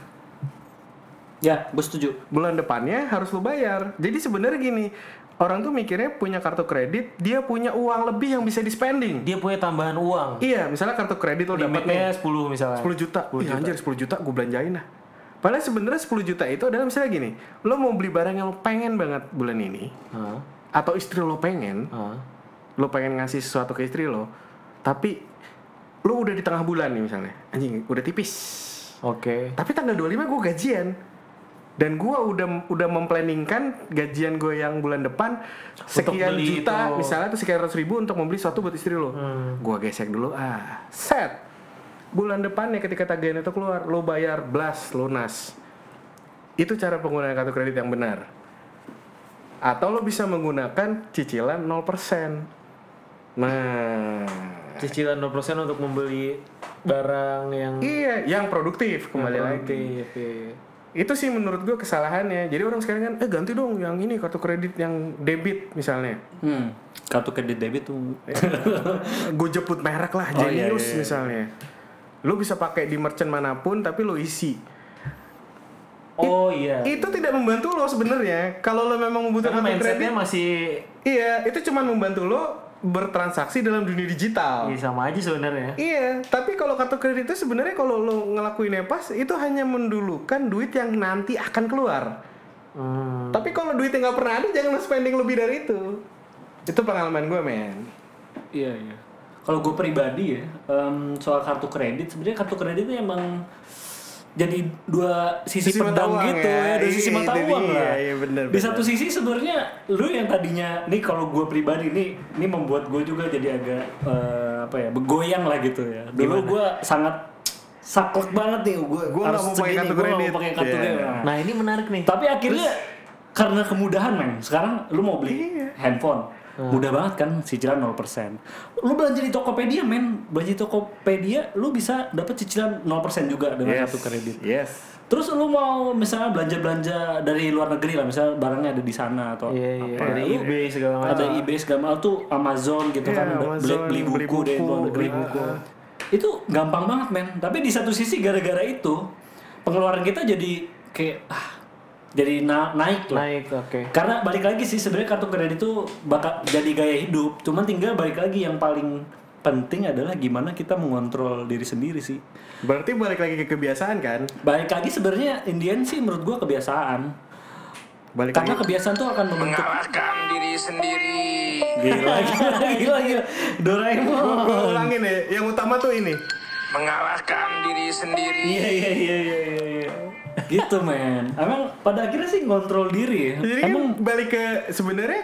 Ya, gue setuju. Bulan depannya harus lo bayar. Jadi sebenarnya gini, orang tuh mikirnya punya kartu kredit, dia punya uang lebih yang bisa di-spending. Dia punya tambahan uang. Iya, misalnya kartu kredit lo dapatnya 10 misalnya. 10 juta. Ih, anjir 10 juta gue belanjain lah. Padahal sebenarnya 10 juta itu adalah misalnya gini, lo mau beli barang yang lo pengen banget bulan ini, atau istri lo pengen, lo pengen ngasih sesuatu ke istri lo, tapi lo udah di tengah bulan nih misalnya, anjing udah tipis. Oke. Tapi tanggal 25 gue gajian. Dan gue udah memplanningkan gajian gue yang bulan depan sekian juta itu. Misalnya tuh sekian 100.000 untuk membeli sesuatu buat istri lo. Gue gesek dulu, set. Bulan depannya ketika tagihan itu keluar, lo bayar blast lunas. Itu cara penggunaan kartu kredit yang benar. Atau lo bisa menggunakan cicilan 0%. Nah, cicilan 0% untuk membeli barang yang yang produktif kembali lagi. Itu sih menurut gue kesalahannya. Jadi orang sekarang kan ganti dong yang ini kartu kredit yang debit misalnya. Kartu kredit debit tuh. Gue jemput merek lah, Genius misalnya. Lu bisa pakai di merchant manapun tapi lu isi. Itu tidak membantu lo sebenarnya. Kalau lo memang membutuhkan kartu kredit masih itu cuma membantu lo bertransaksi dalam dunia digital. Iya, sama aja sebenarnya. Iya, tapi kalau kartu kredit itu sebenarnya kalau lo ngelakuinnya pas, itu hanya mendulukan duit yang nanti akan keluar. Tapi kalau duitnya nggak pernah ada, jangan lo spending lebih dari itu. Itu pengalaman gue, men. Iya. Kalau gue pribadi ya, soal kartu kredit, sebenarnya kartu kredit itu emang jadi dua sisi pedang gitu ya, dua sisi mata uang lah. Iya, bener. Di satu sisi sebenarnya lu yang tadinya, nih kalau gue pribadi ini membuat gue juga jadi agak bergoyang lah gitu ya. Dulu gue sangat saklek banget nih, gue nggak mau pakai kartu kredit. Nah ini menarik nih. Tapi akhirnya karena kemudahan men, sekarang lu mau beli handphone. Mudah banget kan, cicilan 0%. Lu belanja di Tokopedia men, belanja di Tokopedia lu bisa dapat cicilan 0% juga dengan kartu kredit. Terus lu mau misalnya belanja dari luar negeri lah, misalnya barangnya ada di sana atau dari eBay segala macam. Ada eBay segala macam tuh, Amazon gitu kan, beli buku dari luar negeri. Itu gampang banget men. Tapi di satu sisi gara-gara itu pengeluaran kita jadi kayak jadi naik lah. Karena balik lagi sih sebenarnya kartu kredit itu bakal jadi gaya hidup. Cuman tinggal balik lagi yang paling penting adalah gimana kita mengontrol diri sendiri sih. Berarti balik lagi ke kebiasaan kan? Balik lagi sebenarnya Indian sih menurut gua kebiasaan. Karena kebiasaan tuh akan membentuk mengalahkan diri sendiri. Gila. Doraemon. Gue ulangin ya, yang utama tuh ini. Mengalahkan diri sendiri. Iya. Gitu men. Emang pada akhirnya sih ngontrol diri ya. Jadi emang balik ke sebenarnya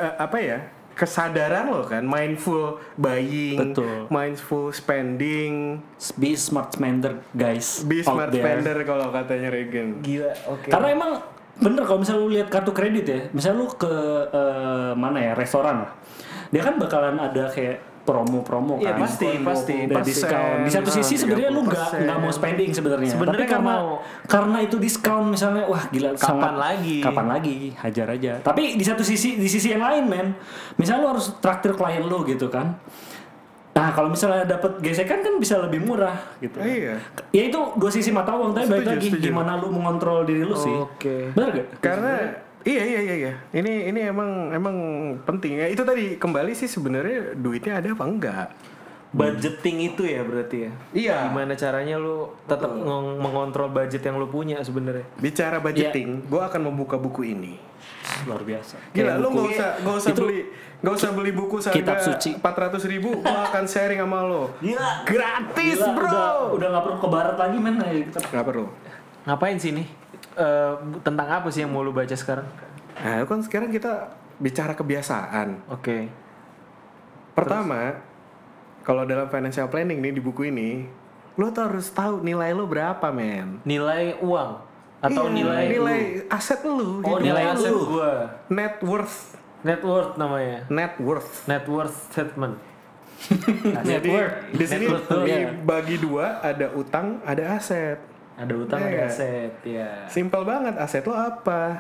kesadaran lo kan, mindful buying, mindful spending, be smart spender guys. Be smart spender kalau katanya Regen. Gila, Karena emang bener kalau misalnya lu lihat kartu kredit ya, misalnya lu ke restoran lah, dia kan bakalan ada kayak promo Iya kan. pasti. Ada diskon. Di satu sisi sebenarnya lu nggak mau spending sebenarnya. Tapi karena itu diskon misalnya, wah gila. Kapan lagi? Hajar aja. Tapi di sisi yang lain men, misalnya lu harus traktir klien lu gitu kan. Nah kalau misalnya dapat gesekan kan bisa lebih murah gitu. Iya. Ya itu dua sisi mata uang. Tapi balik lagi gimana lu mengontrol diri lu sih. Oke. Benar gak? Karena iya. Ini emang penting ya. Itu tadi kembali sih sebenarnya duitnya ada apa enggak. Budgeting itu ya berarti ya. Iya. Gimana caranya lu tetap mengontrol budget yang lu punya sebenarnya. Bicara budgeting, gue akan membuka buku ini. Luar biasa. Gila, lu nggak usah beli buku seharga 400.000, gue akan sharing sama lo. Gila. Gratis, Gila, bro. Udah nggak perlu ke barat lagi men. Nggak perlu. Ngapain sih nih? Tentang apa sih yang mau lu baca sekarang? Nah, kan sekarang kita bicara kebiasaan. Oke. Pertama, kalau dalam financial planning nih di buku ini, lo tuh harus tahu nilai lo berapa, men. Nilai uang atau Iya, nilai lu? aset lu. Oh, gitu. nilai aset gua. Net worth. Net worth namanya. Net worth. Net worth statement. Jadi di sini Net worth tuh, ya. dibagi dua, ada utang, ada aset. Ada utang, ada aset, ya. Simpel banget, aset lo apa?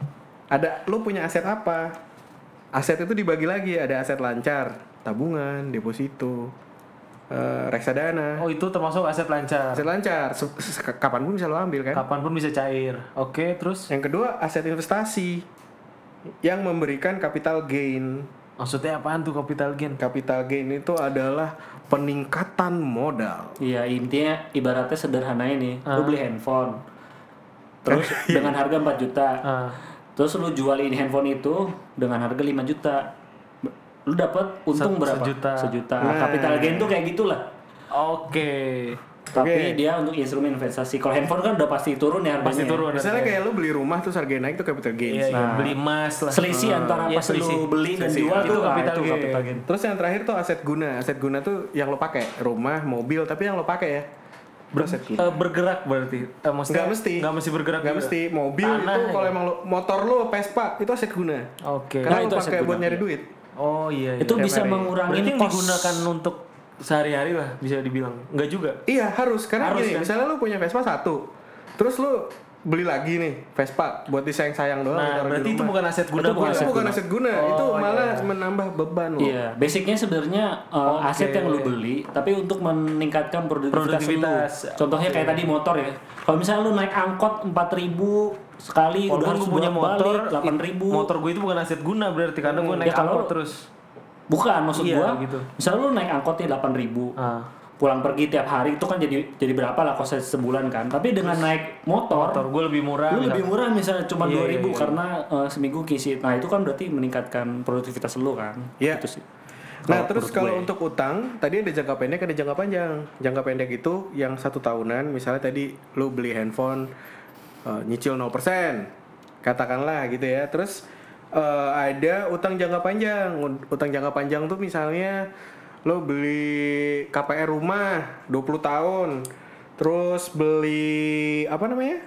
Lo punya aset apa? Aset itu dibagi lagi, ada aset lancar, tabungan, deposito, reksadana. Oh, itu termasuk aset lancar. Aset lancar, kapanpun bisa lo ambil kan? Kapanpun bisa cair. Oke, terus? Yang kedua, aset investasi yang memberikan capital gain. Maksudnya apaan tuh capital gain? Capital gain itu adalah peningkatan modal. Iya intinya ibaratnya sederhana ini, lu beli handphone, terus dengan harga 4 juta, terus lu jual ini handphone itu dengan harga 5 juta, lu dapat untung berapa? Sejuta. Nah, capital gain tuh kayak gitulah. Oke. Tapi dia untuk instrumen investasi. Kalau handphone kan udah pasti turun ya harganya. Pasti turun. Misalnya kayak lu beli rumah terus harganya naik, itu capital gain. Iya, beli emas lah. Selisih antara pas lu beli dan jual itu tuh capital gain. Terus yang terakhir tuh aset guna. Aset guna tuh yang lo pakai, rumah, mobil, tapi yang lo pakai ya. Aset guna. Bergerak berarti. Nggak mesti. Nggak mesti bergerak. Nggak juga. mesti. Mobil Tanah itu kalau ya? emang lo, motor lo Vespa itu aset guna. Oke. Karena itu lo aset pakai buat guna, nyari iya. duit. Oh iya. Itu bisa Berarti mengurangi yang kos. digunakan untuk sehari-hari lah bisa dibilang. Enggak juga. Iya harus, karena Harus, gini, kan? misalnya lu punya Vespa 1, terus lu beli lagi nih Vespa buat disayang-sayang doang. Nah, berarti itu bukan aset guna. Itu bukan aset guna, itu malah menambah beban lo. Iya, basicnya sebenarnya aset yang lu beli, tapi untuk meningkatkan produktivitas lu. Contohnya kayak tadi motor ya. Kalau misalnya lu naik angkot 4.000 sekali, udah harus punya motor 8.000. Motor gue itu bukan aset guna berarti karena gue naik kalau- angkot terus. Bukan, maksud gua, gitu. misalnya lu naik angkotnya 8.000, pulang pergi tiap hari itu kan jadi berapa lah kosnya sebulan kan. Tapi dengan naik motor Gue lebih murah. lu lebih murah misalnya cuma 2.000 iya. karena seminggu kisi. Nah itu kan berarti meningkatkan produktivitas lu kan. Iya. Itu sih. Nah terus kalau untuk utang, tadi ada jangka pendek, ada jangka panjang. Jangka pendek itu yang 1 tahunan, misalnya tadi lu beli handphone nyicil 0%, katakanlah gitu ya. Terus ada utang jangka panjang. Utang jangka panjang tuh misalnya lo beli KPR rumah 20 tahun. Terus beli apa namanya?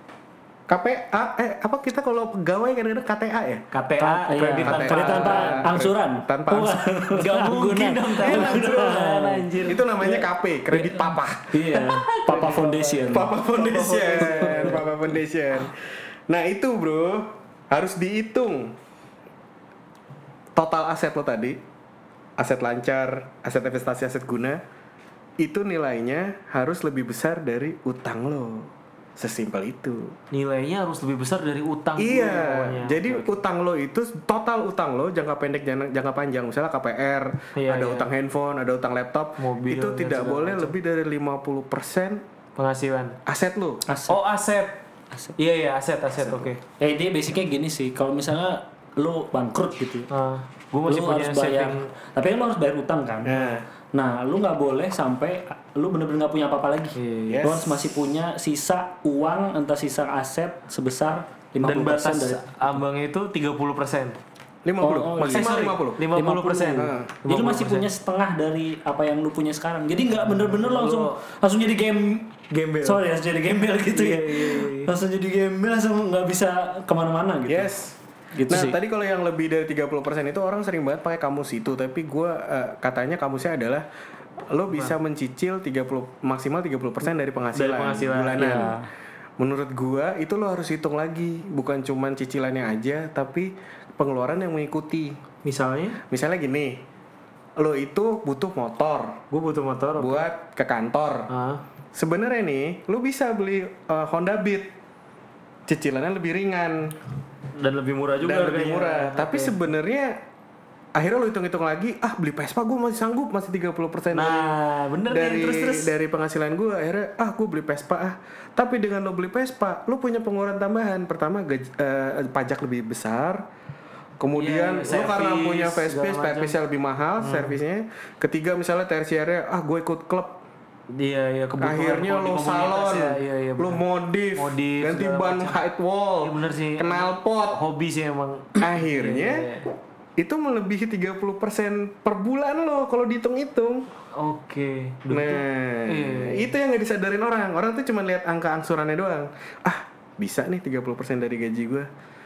KPA apa kita kalau pegawai kadang-kadang KTA ya? KTA, kredit tanpa angsuran. Tanpa Gak mungkin dong angsuran anjir. Itu namanya KP, kredit papa. Iya, Papa Foundation. Papa Foundation. Nah, itu, Bro. Harus dihitung total aset lo tadi, aset lancar, aset investasi, aset guna, itu nilainya harus lebih besar dari utang lo. Sesimpel itu. Nilainya harus lebih besar dari utang. Iya. Jadi utang lo itu total utang lo jangka pendek jangka panjang, misalnya KPR, ada utang handphone, ada utang laptop, mobil, itu tidak boleh lebih dari 50% penghasilan aset lo. Oh aset. Iya aset oke. Dia basicnya gini sih, kalau misalnya lu bangkrut gitu, gue masih lu punya harus bayar, saving. tapi kan lu harus bayar utang kan. Nah, lu nggak boleh sampai lu bener-bener nggak punya apa-apa lagi. Yes. Lu harus masih punya sisa uang, entah sisa aset sebesar 50% Dan batas dari ambangnya itu 30%. 50, maksimal 50. 50%. Jadi lu masih punya setengah dari apa yang lu punya sekarang. Jadi nggak bener-bener langsung jadi gembel. Sorry, langsung jadi gembel gitu ya. Langsung jadi gembel, langsung nggak bisa kemana-mana gitu. Yes. Gitu nah, sih. tadi kalau yang lebih dari 30% itu orang sering banget pakai kamus itu, tapi gue katanya kamusnya adalah lo bisa mencicil maksimal 30% dari penghasilan bulanan. Iya. Menurut gue itu lo harus hitung lagi, bukan cuman cicilannya aja, tapi pengeluaran yang mengikuti. Misalnya gini, lo itu butuh motor. Gue butuh motor buat ke kantor. Sebenarnya nih, lo bisa beli Honda Beat. Cicilannya lebih ringan dan lebih murah juga. Dan lebih murah. Tapi sebenarnya akhirnya lo hitung-hitung lagi, beli Vespa gue masih sanggup, masih 30% nah, bener dari penghasilan gue. Akhirnya gue beli Vespa. Tapi dengan lo beli Vespa, lo punya pengeluaran tambahan. Pertama pajak lebih besar. Kemudian lo karena punya servisnya lebih mahal, servisnya. Ketiga misalnya tersiarnya, gue ikut klub. Iya, kebutuhan. Akhirnya lo salon, lo modif, ganti ban white wall, knalpot. Hobi sih emang. Akhirnya itu melebihi 30% per bulan lo kalau dihitung-hitung. Oke. Nah, itu yang nggak disadarin orang. Orang tuh cuma lihat angka angsurannya doang. Bisa nih 30% dari gaji gue.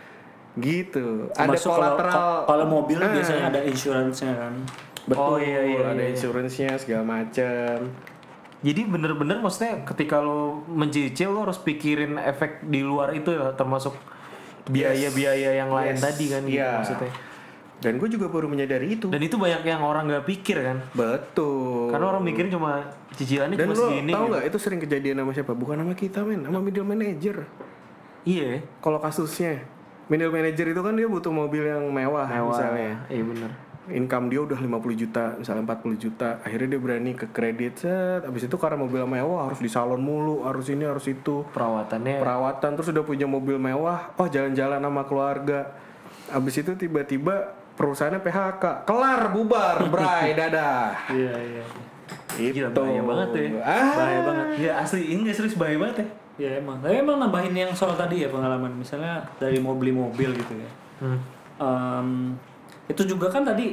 Gitu. Ada kolateral. Kalau mobil biasanya ada insurance-nya kan. Betul. Ada insurance-nya segala macam. Jadi bener-bener maksudnya ketika lo mencicil lo harus pikirin efek di luar itu ya, termasuk biaya-biaya yang lain tadi kan gitu maksudnya. Dan gue juga baru menyadari itu. Dan itu banyak yang orang nggak pikir kan. Betul. Karena orang mikirin cuma cicilannya dan cuma segini. Dan lo tau nggak itu sering kejadian sama siapa? Bukan sama kita sama middle manager. Iya. Kalau kasusnya middle manager itu kan dia butuh mobil yang mewah. Misalnya. Iya benar. Income dia udah 50 juta, misalnya 40 juta. Akhirnya dia berani ke kredit, abis itu karena mobil mewah harus di salon mulu, harus ini, harus itu. Perawatan, terus udah punya mobil mewah, jalan-jalan sama keluarga. Abis itu tiba-tiba perusahaannya PHK, kelar, bubar, bray, dadah. Iya. Itu. Gila, bahaya banget ya. Bahaya banget. Ya asli, ini serius bahaya banget ya. Ya emang. Tapi emang nambahin yang soal tadi ya pengalaman. Misalnya dari mau beli mobil gitu ya. Itu juga kan tadi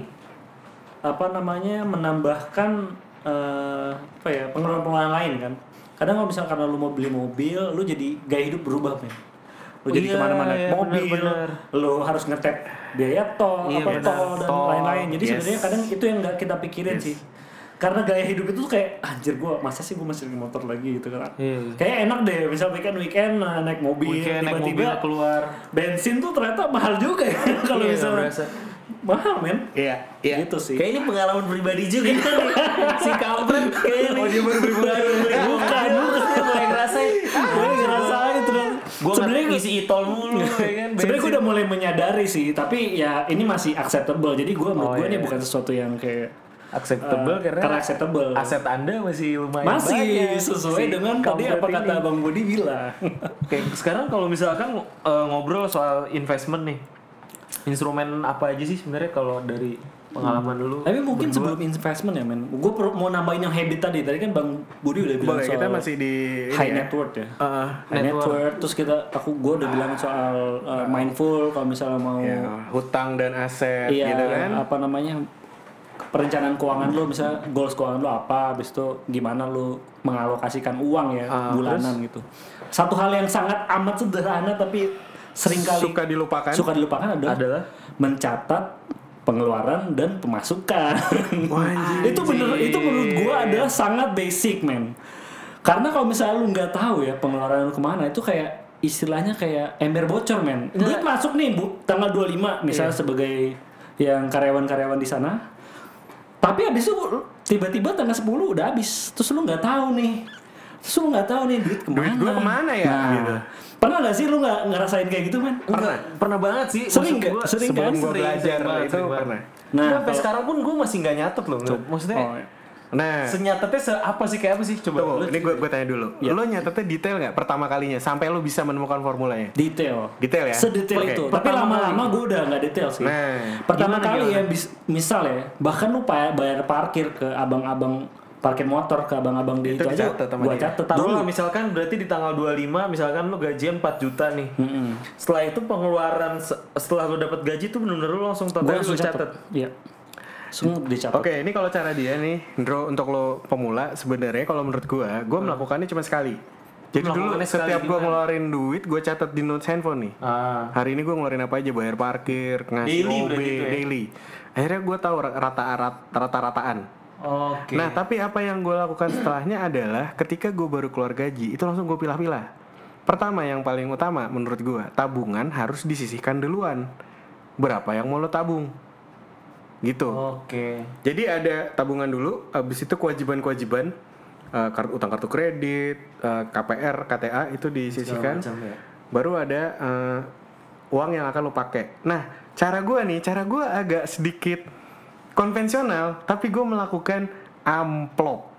menambahkan pengeluaran lain kan. Kadang kalau misalnya karena lu mau beli mobil, lu jadi gaya hidup berubah men. Lu jadi kemana-mana mobil, lu harus ngetep biaya tol, tol dan lain-lain. Jadi sebenarnya kadang itu yang nggak kita pikirin sih. Karena gaya hidup itu tuh kayak anjir masa sih gue masih naik motor lagi gitu kan. Kayak enak deh misal weekend naik mobil, tiba-tiba keluar bensin tuh ternyata mahal juga ya kalau misalnya mahal men. Iya. Gitu sih. Kayak ini pengalaman pribadi juga nih. Si kampret kayak dia baru pribadi. Bukan gue yang ngerasain. Terus gue sebenarnya ngisi itol mulu ya kan. Sebenarnya gue udah mulai menyadari sih, tapi ya ini masih acceptable. Jadi gue ini bukan sesuatu yang kayak acceptable karena acceptable. Aset Anda masih lumayan banyak. Sesuai dengan tadi apa kata Bang Budi bilang. Oke, sekarang kalau misalkan ngobrol soal investment nih. Instrumen apa aja sih sebenarnya kalau dari pengalaman dulu? Tapi mungkin sebelum investment ya men, gue mau nambahin yang habit tadi kan Bang Budi udah bilang soal kita masih di high net worth ya. High net worth, terus gue udah bilang soal mindful kalau misalnya mau hutang dan aset gitu kan. Perencanaan keuangan lo, misalnya goals keuangan lo apa, habis itu gimana lo mengalokasikan uang ya bulanan gitu. Satu hal yang sangat amat sederhana tapi seringkali suka dilupakan adalah mencatat pengeluaran dan pemasukan. Itu menurut gua adalah sangat basic men. Karena kalau misalnya lu nggak tahu ya pengeluaran lu kemana, itu kayak istilahnya kayak ember bocor men. Duit masuk nih tanggal 25 misalnya sebagai yang karyawan-karyawan di sana. Tapi habis itu tiba-tiba tanggal 10 udah habis. Terus lu nggak tahu nih duit kemana. Duit gua kemana ya gitu. Pernah gak sih lu gak ngerasain kayak gitu men? Pernah banget sih. Sering gak? Sebelum gue belajar itu pernah. Nah sampai sekarang pun gue masih gak nyatet loh. Maksudnya senyatetnya apa sih, kayak apa sih? Coba ini gue tanya dulu. Lo nyatetnya detail gak pertama kalinya sampai lo bisa menemukan formulanya? Detail ya? Sedetail itu. Tapi lama-lama gue udah gak detail sih. Pertama kali ya misal ya, bahkan lu bayar parkir ke abang-abang parkir motor ke abang-abang di itu aja gua catet dulu. Misalkan berarti di tanggal 25 misalkan lu gajian 4 juta nih. Setelah itu pengeluaran setelah lu dapat gaji tuh benar-benar lu langsung total lu catet. Iya. Semua dicatat. Oke, ini kalau cara dia nih, Ndro, untuk lo pemula sebenarnya kalau menurut gua melakukannya cuma sekali. Jadi dulu setiap gue ngeluarin duit, gue catat di notes handphone nih. Hari ini gue ngeluarin apa aja, bayar parkir, ngasih daily OB, daily. Akhirnya gue tahu rata-rataan. Oke. Nah, tapi apa yang gue lakukan setelahnya adalah ketika gue baru keluar gaji, itu langsung gue pilah-pilah. Pertama, yang paling utama menurut gue, tabungan harus disisihkan duluan. Berapa yang mau lo tabung? Gitu. Oke. Jadi ada tabungan dulu, habis itu kewajiban-kewajiban, utang kartu kredit, KPR, KTA itu disisihkan. Baru ada uang yang akan lo pakai. Nah, cara gue agak sedikit konvensional, tapi gue melakukan amplop.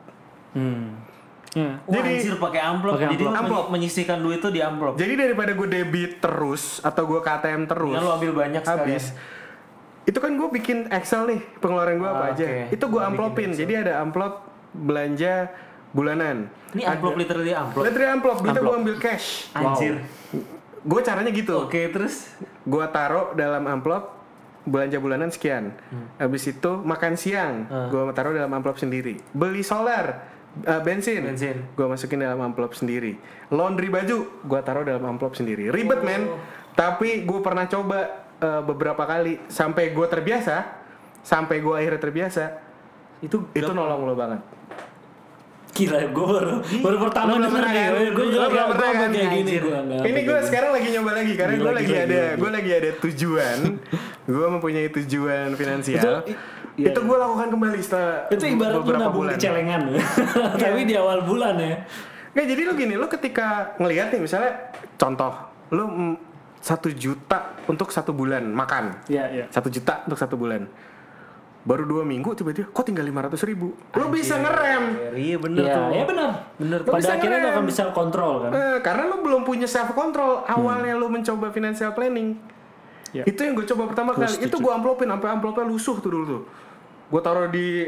Jadi anjir pakai amplop. Jadi lu menyisihkan duit itu di amplop. Jadi daripada gue debit terus atau gue KTM terus, lu ambil banyak habis. Itu kan gue bikin Excel nih pengeluaran gue apa aja. Itu gue amplopin. Jadi ada amplop belanja bulanan. Ini amplop literally amplop. Literally amplop. Itu gue ambil cash. Anjir. Gue caranya gitu. Oke, terus gue taruh dalam amplop belanja bulanan sekian. Habis itu makan siang, gue taruh dalam amplop sendiri. Beli solar, bensin. Gue masukin dalam amplop sendiri. Laundry baju, gue taruh dalam amplop sendiri. Ribet men, tapi gue pernah coba beberapa kali sampai gue terbiasa, sampai gue akhirnya terbiasa. Itu nolong lo banget. Gila, gue baru pertama denger nih. Gue gak kayak gini. Ini gue sekarang lagi nyoba lagi karena gue lagi ada tujuan. Gue mempunyai tujuan finansial. Itu gue lakukan kembali setelah itu ibarat lu nabung di celengan. Tapi di awal bulan ya. Nggak, jadi lu gini, lu ketika ngelihat nih misalnya contoh, lu 1 juta untuk 1 bulan makan. Iya. 1 juta untuk 1 bulan. Baru 2 minggu tiba-tiba kok tinggal 500.000. Lo bisa ngerem. Iya bener tuh. Iya bener. Pada akhirnya lo akan bisa kontrol kan. Karena lo belum punya self control. Awalnya lo mencoba financial planning. Itu yang gue coba pertama kali. Itu gue amplopin sampai amplopnya lusuh tuh dulu tuh. Gue taruh di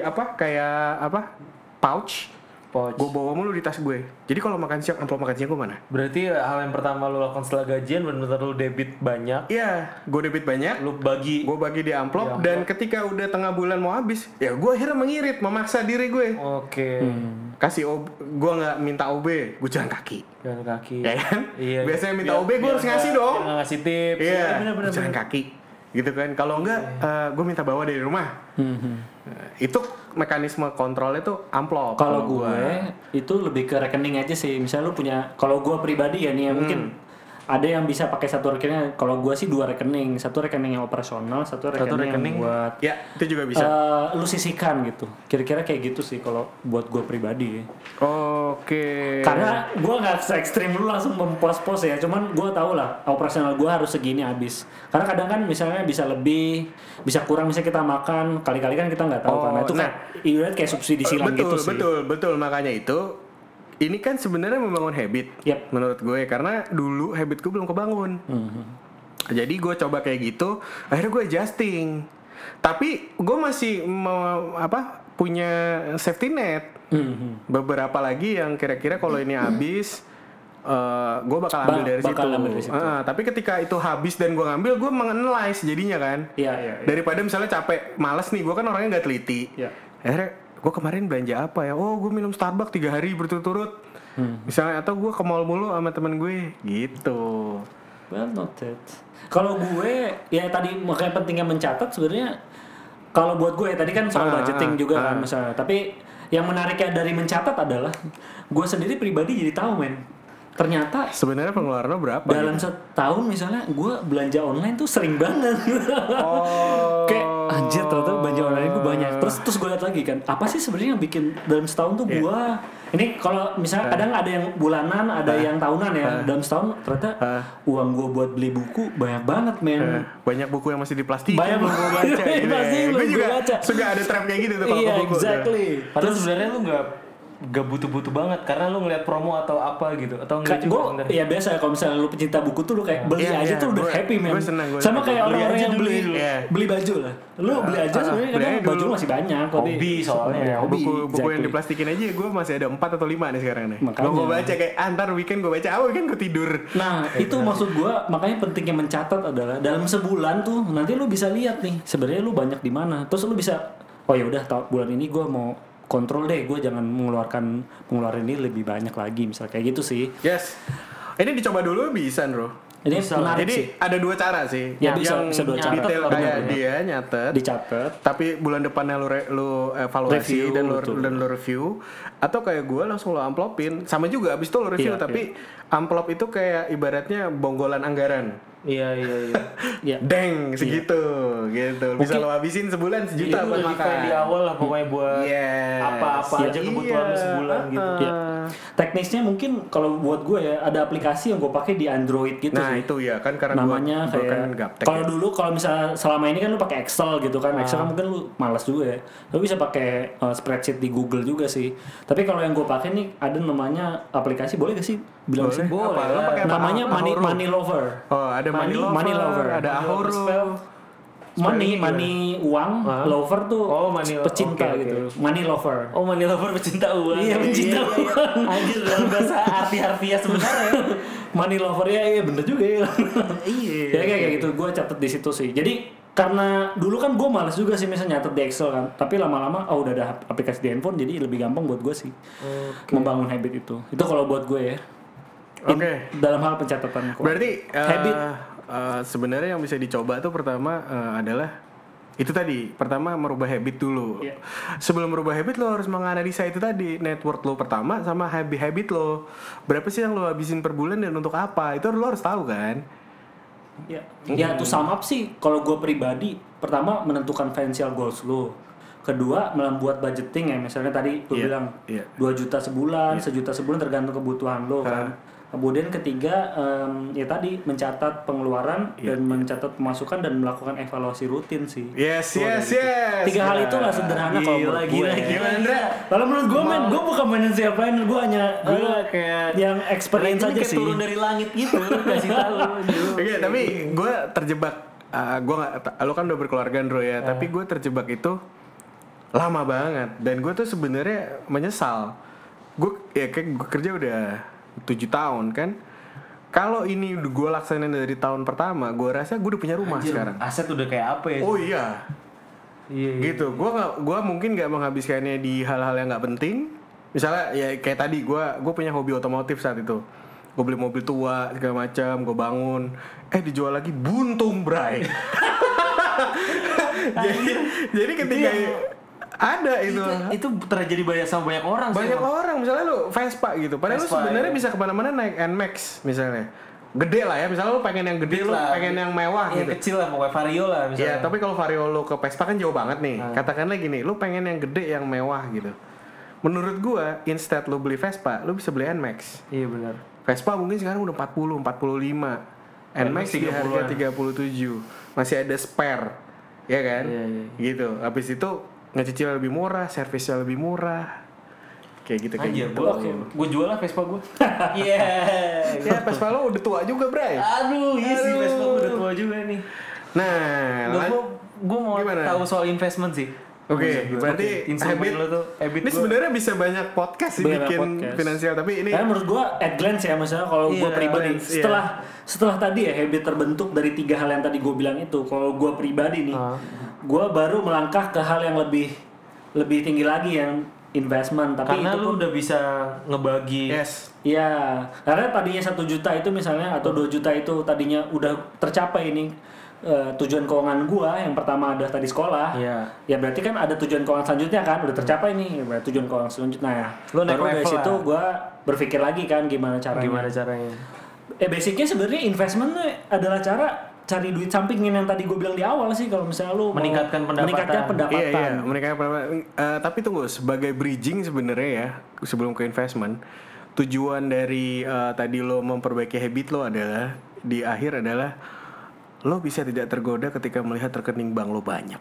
pouch. Gue bawa mulu di tas gue. Jadi kalau makan siang, amplop makan siang gue mana? Berarti hal yang pertama lo lakukan setelah gajian benar-benar lo debit banyak. Iya, gue debit banyak. Lo bagi. Gue bagi di amplop. Dan ketika udah tengah bulan mau habis, ya gue akhirnya mengirit, memaksa diri gue. Oke. Kasih gue nggak minta OB, gue jalan kaki. Ya kan? Iya. Biasanya minta OB gue harus ngasih dong. Ngasih tips. Iya. Bener-bener jalan kaki. Gitu kan. Kalau enggak, gue minta bawa dari rumah. Itu mekanisme kontrolnya tuh amplop. Kalau gue itu lebih ke rekening aja sih. Misalnya lu punya, kalau gue pribadi ya nih ya mungkin ada yang bisa pakai satu rekening. Kalau gue sih 2 rekening. Satu rekening yang operasional, satu rekening yang buat. Ya, itu juga bisa. Lu sisihkan gitu. Kira-kira kayak gitu sih kalau buat gue pribadi. Oke. Karena gue nggak se-ekstrim lu langsung mempos-pos ya. Cuman gue tau lah operasional gue harus segini habis. Karena kadang kan misalnya bisa lebih, bisa kurang. Misalnya kita makan, kali-kali kan kita nggak tahu. Karena itu kan ibarat kayak subsidi silang gitu sih. Betul. Makanya itu. Ini kan sebenarnya membangun habit, menurut gue, karena dulu habit gue belum kebangun. Jadi gue coba kayak gitu, akhirnya gue adjusting. Tapi gue masih punya safety net. Beberapa lagi yang kira-kira kalau ini habis, gue bakal ambil dari situ. Tapi ketika itu habis dan gue ngambil, gue meng-analyze jadinya kan. Iya. Daripada misalnya capek, malas nih, gue kan orangnya nggak teliti. Akhirnya gue kemarin belanja apa ya? Oh, gue minum Starbucks 3 hari berturut-turut. Misalnya, atau gue ke mall mulu sama temen gue gitu. Well noted. Kalau gue ya tadi makanya pentingnya mencatat sebenarnya. Kalau buat gue tadi kan soal budgeting juga kan misalnya. Tapi yang menariknya dari mencatat adalah gue sendiri pribadi jadi tahu ternyata sebenarnya pengeluaran lo berapa dalam setahun misalnya gue belanja online tuh sering banget. Kayak anjir ternyata belanja online gue banyak. Terus gue lihat lagi kan apa sih sebenarnya yang bikin dalam setahun tuh gue ini kalau misalnya kadang ada yang bulanan ada yang tahunan ya. Dalam setahun ternyata uang gue buat beli buku banyak banget banyak buku yang masih di plastik. Banyak buku gue baca pasti gue juga baca. Suka ada trap kayak gitu tuh kalau buku. Exactly. Padahal sebenarnya lu gak butuh-butuh banget karena lu ngeliat promo atau apa gitu atau enggak juga. Iya biasa kalau misalnya lu pecinta buku tuh lu kayak beli aja tuh udah happy man. Sama kayak orang-orang yang beli baju lah. Lu beli aja sebenarnya karena baju masih banyak. Hobi soalnya. Buku yang diplastikin aja gue masih ada 4 atau 5 nih sekarang nih. Gue baca kayak antar weekend gue baca, weekend gue tidur. Nah itu maksud gue makanya pentingnya mencatat adalah dalam sebulan tuh nanti lu bisa lihat nih sebenarnya lu banyak di mana. Terus lu bisa oh ya udah bulan ini gue mau kontrol deh, gue jangan mengeluarin ini lebih banyak lagi, misal kayak gitu sih. Yes. Ini dicoba dulu bisa, Bro. Ini menarik Jadi sih. ada 2 cara sih. Ya, yang bisa 2 cara. detail Bener, kayak bener. dia nyatet. Dicatat. Tapi bulan depannya lu evaluasi Review, dan lu review, atau kayak gue langsung lo amplopin. Sama juga abis itu lo review, Iya, tapi amplop itu kayak ibaratnya bonggolan anggaran. Iya. Iya. Deng segitu gitu. Bisa lo habisin sebulan Jadi sejuta lu buat lebih makan. kayak di awal lah pokoknya buat Yes. apa-apa aja kebutuhan lu sebulan gitu. Iya. Teknisnya mungkin kalau buat gue ya ada aplikasi yang gue pakai di Android gitu Nah sih. itu ya kan karena Namanya gua kan kayak gaptek. kalau dulu kalau misalnya selama ini kan lu pakai Excel gitu kan. Excel kan mungkin lu malas juga ya. Lu bisa pakai spreadsheet di Google juga sih. Tapi kalau yang gue pakai nih ada namanya aplikasi, boleh gak sih bilang sih? Boleh. Apa? Lo pakai apa? Namanya Ahoro? Money Lover. Oh ada money lover, ada ahoro. Money uang, lover tuh Oh, money pecinta oke, gitu. Money lover. Oh, money lover pecinta uang. Iya, pecinta uang. Anjir, dalam bahasa arti-harfiah sebenarnya. Money lover ya, iya bener juga ya. Iya. Ya kayak gitu, gue catet di situ sih. Jadi karena dulu kan gue males juga sih misalnya nyatet di Excel kan. Tapi lama-lama udah ada aplikasi di handphone, jadi lebih gampang buat gue sih membangun habit itu. Itu kalau buat gue ya. Oke. Dalam hal pencatatan kok. Berarti habit. Sebenarnya yang bisa dicoba tuh pertama adalah itu tadi. Pertama merubah habit dulu. Iya. Sebelum merubah habit lo harus menganalisa itu tadi, network lo pertama sama habit lo. Berapa sih yang lo habisin per bulan dan untuk apa? Itu lo harus tahu kan. Ya to sum up sih, kalau gue pribadi, pertama menentukan financial goals lo. Kedua, membuat budgeting ya, misalnya tadi lu bilang 2 juta sebulan, 1 juta sebulan tergantung kebutuhan lo kan. Kemudian ketiga, ya tadi mencatat pengeluaran dan mencatat pemasukan dan melakukan evaluasi rutin sih. Yes. 3 hal itu lah sederhana kalau menurut gue. Gila. Kalau menurut gue gue bukan financial planner, gue hanya kayak yang experience ini aja kayak sih. turun dari langit gitu, kasih tahu. Oke, tapi gue terjebak. Gue nggak, lo kan udah berkeluarga Bro ya. Tapi gue terjebak itu lama banget. Dan gue tuh sebenarnya menyesal. Gue kerja udah 7 tahun kan. Kalau ini gue laksanain dari tahun pertama, gue rasa gue udah punya rumah sekarang. Aset udah kayak apa ya? Oh iya. Iya. Gitu. Gue mungkin nggak menghabiskannya di hal-hal yang nggak penting. Misalnya ya kayak tadi gue punya hobi otomotif saat itu. Gue beli mobil tua segala macam, gue bangun, dijual lagi buntung bray. jadi ketika ada itu terjadi banyak sama banyak orang sih. banyak orang misalnya lu Vespa gitu, padahal lu sebenarnya bisa kemana-mana naik NMAX misalnya, gede lah ya, misalnya lu pengen yang gede, lu pengen yang mewah gitu. Yang kecil lah pokoknya Vario lah misalnya. Iya, tapi kalau Vario lu ke Vespa kan jauh banget nih. Katakanlah gini, lu pengen yang gede yang mewah gitu. Menurut gua, instead lu beli Vespa, lu bisa beli NMAX. Iya benar. Vespa mungkin sekarang udah 40, 45. NMAX di harga 37. Masih ada spare. Ya kan? Iya. Gitu. Habis itu ngecicil lebih murah, servisnya lebih murah. Kayak gitu. Gue jual lah Vespa gue. Iya. Ya Vespa lo udah tua juga, Bray. Aduh, iya sih Vespa gue udah tua juga nih. Nah, gue mau tahu soal investment sih. Oke, berarti habit ini sebenarnya bisa banyak podcast sih bikin finansial, tapi ini karena menurut gue at glance ya, misalnya kalau gue pribadi setelah tadi ya habit terbentuk dari 3 hal yang tadi gue bilang itu, kalau gue pribadi nih gue baru melangkah ke hal yang lebih tinggi lagi yang investment, tapi karena itu lu udah bisa ngebagi. Iya, karena tadinya 1 juta itu misalnya atau 2 juta itu tadinya udah tercapai ini tujuan keuangan gua yang pertama ada tadi sekolah. Ya berarti kan ada tujuan keuangan selanjutnya kan udah tercapai nih, berarti tujuan keuangan selanjutnya ya. Lu naik dari situ gua berpikir lagi kan gimana caranya. Basicnya sebenarnya investment adalah cara cari duit sampingin yang tadi gue bilang di awal sih, kalau misalnya lu meningkatkan pendapatan. Iya, meningkatkan pendapatan. Tapi tunggu, sebagai bridging sebenarnya ya sebelum ke investment, tujuan dari tadi lo memperbaiki habit lo adalah di akhir adalah lo bisa tidak tergoda ketika melihat rekening bank lo banyak.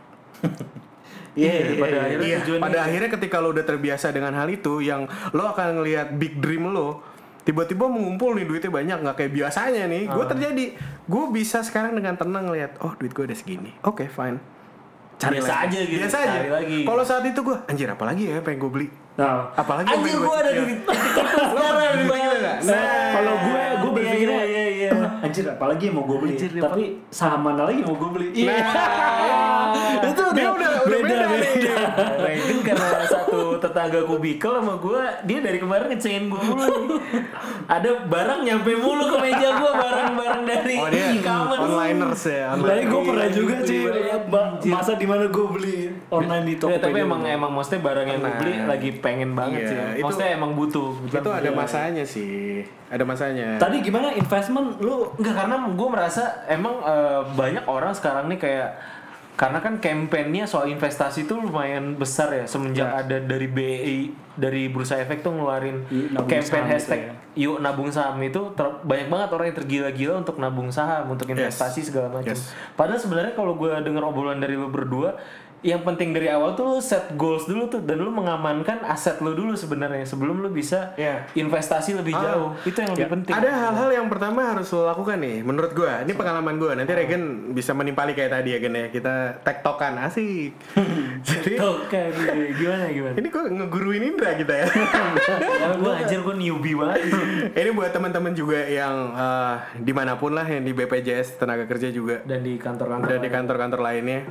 Pada akhirnya ketika lo udah terbiasa dengan hal itu, yang lo akan ngelihat big dream lo, tiba-tiba mengumpul nih duitnya banyak, nggak kayak biasanya nih. Gue terjadi, gue bisa sekarang dengan tenang ngelihat, oh duit gue udah segini, oke, fine. Cari biasa lagi. Aja gitu. Biasa aja. Kalau saat itu gue, anjir apalagi ya pengen gue beli. Nah, apalagi anjir gue ada di sekarang banyak. Kalau gue berpikirnya anjir apalagi mau gue beli, tapi saham mana lagi mau gue beli. itu dia udah beda nih. Regen karena satu tetangga kubikel sama gue, dia dari kemarin ngecengin gue mulu nih. Ada barang nyampe mulu ke meja gue, barang-barang dari e-commerce. Onliners ya. Tapi gue pernah juga sih masa dimana gue beli online di Tokopedia. Tapi emang maksudnya barang yang gue beli lagi pengen banget sih. Maksudnya emang butuh. Itu ada masanya sih. Ada masanya. Tadi gimana investment lu? Enggak, karena gue merasa emang banyak orang sekarang nih kayak, karena kan kampanyenya soal investasi itu lumayan besar ya semenjak ada dari BI, dari Bursa Efek tuh ngeluarin campaign hashtag yuk nabung saham itu banyak banget orang yang tergila-gila untuk nabung saham, untuk investasi segala macam. Padahal sebenarnya kalau gue denger obrolan dari lu berdua, yang penting dari awal tuh lu set goals dulu tuh, dan lu mengamankan aset lu dulu sebenarnya sebelum lu bisa investasi lebih jauh. Itu yang lebih penting. Ada hal-hal yang pertama harus lu lakukan nih menurut gua. Ini pengalaman gua. Nanti Regen bisa menimpali kayak tadi ya Gen ya. Kita tektokan asik. Jadi gimana? Ini gua ngeguruin Indra kita ya. Gua anjir, gua newbie banget. Ini buat teman-teman juga yang dimanapun lah, yang di BPJS tenaga kerja juga dan di kantor-kantor lainnya.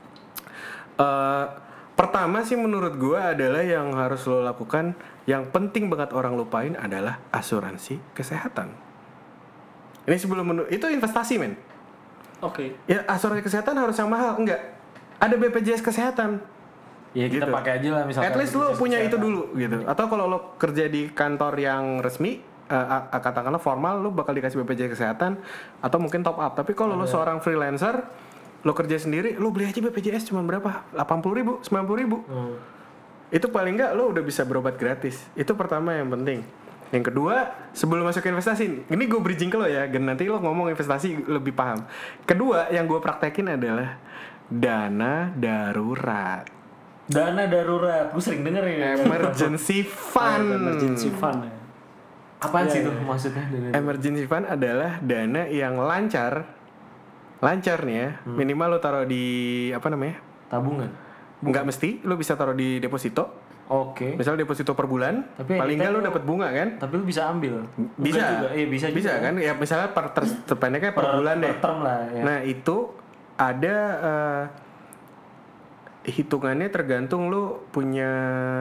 Pertama sih menurut gue adalah yang harus lo lakukan, yang penting banget orang lupain adalah asuransi kesehatan. Ini sebelum itu investasi men. Oke. Ya asuransi kesehatan harus yang mahal, enggak? Ada BPJS kesehatan. Ya kita gitu. pakai aja lah misalkan. At least lo punya itu dulu gitu. Atau kalau lo kerja di kantor yang resmi, katakanlah formal, lo bakal dikasih BPJS kesehatan atau mungkin top up. Tapi kalau lo seorang freelancer, lo kerja sendiri, lo beli aja BPJS cuma berapa? 80.000, 90.000. Itu paling enggak lo udah bisa berobat gratis. Itu pertama yang penting. Yang kedua, sebelum masuk ke investasi, ini gue bridging ke lo ya, nanti lo ngomong investasi lebih paham. Kedua, yang gue praktekin adalah dana darurat. Dana darurat, gue sering denger ya. Emergency fund. Emergency fund ya. Apaan sih itu maksudnya? Emergency fund adalah dana yang lancar nih ya, minimal lo taruh di tabungan. Nggak mesti, lo bisa taruh di deposito. Oke. Misal deposito per bulan, tapi paling nggak lo dapat bunga kan? Tapi lo bisa ambil. Bisa. Bisa juga kan? Ya misalnya terpendeknya per bulan deh. Term lah, ya. Nah itu ada hitungannya tergantung lo punya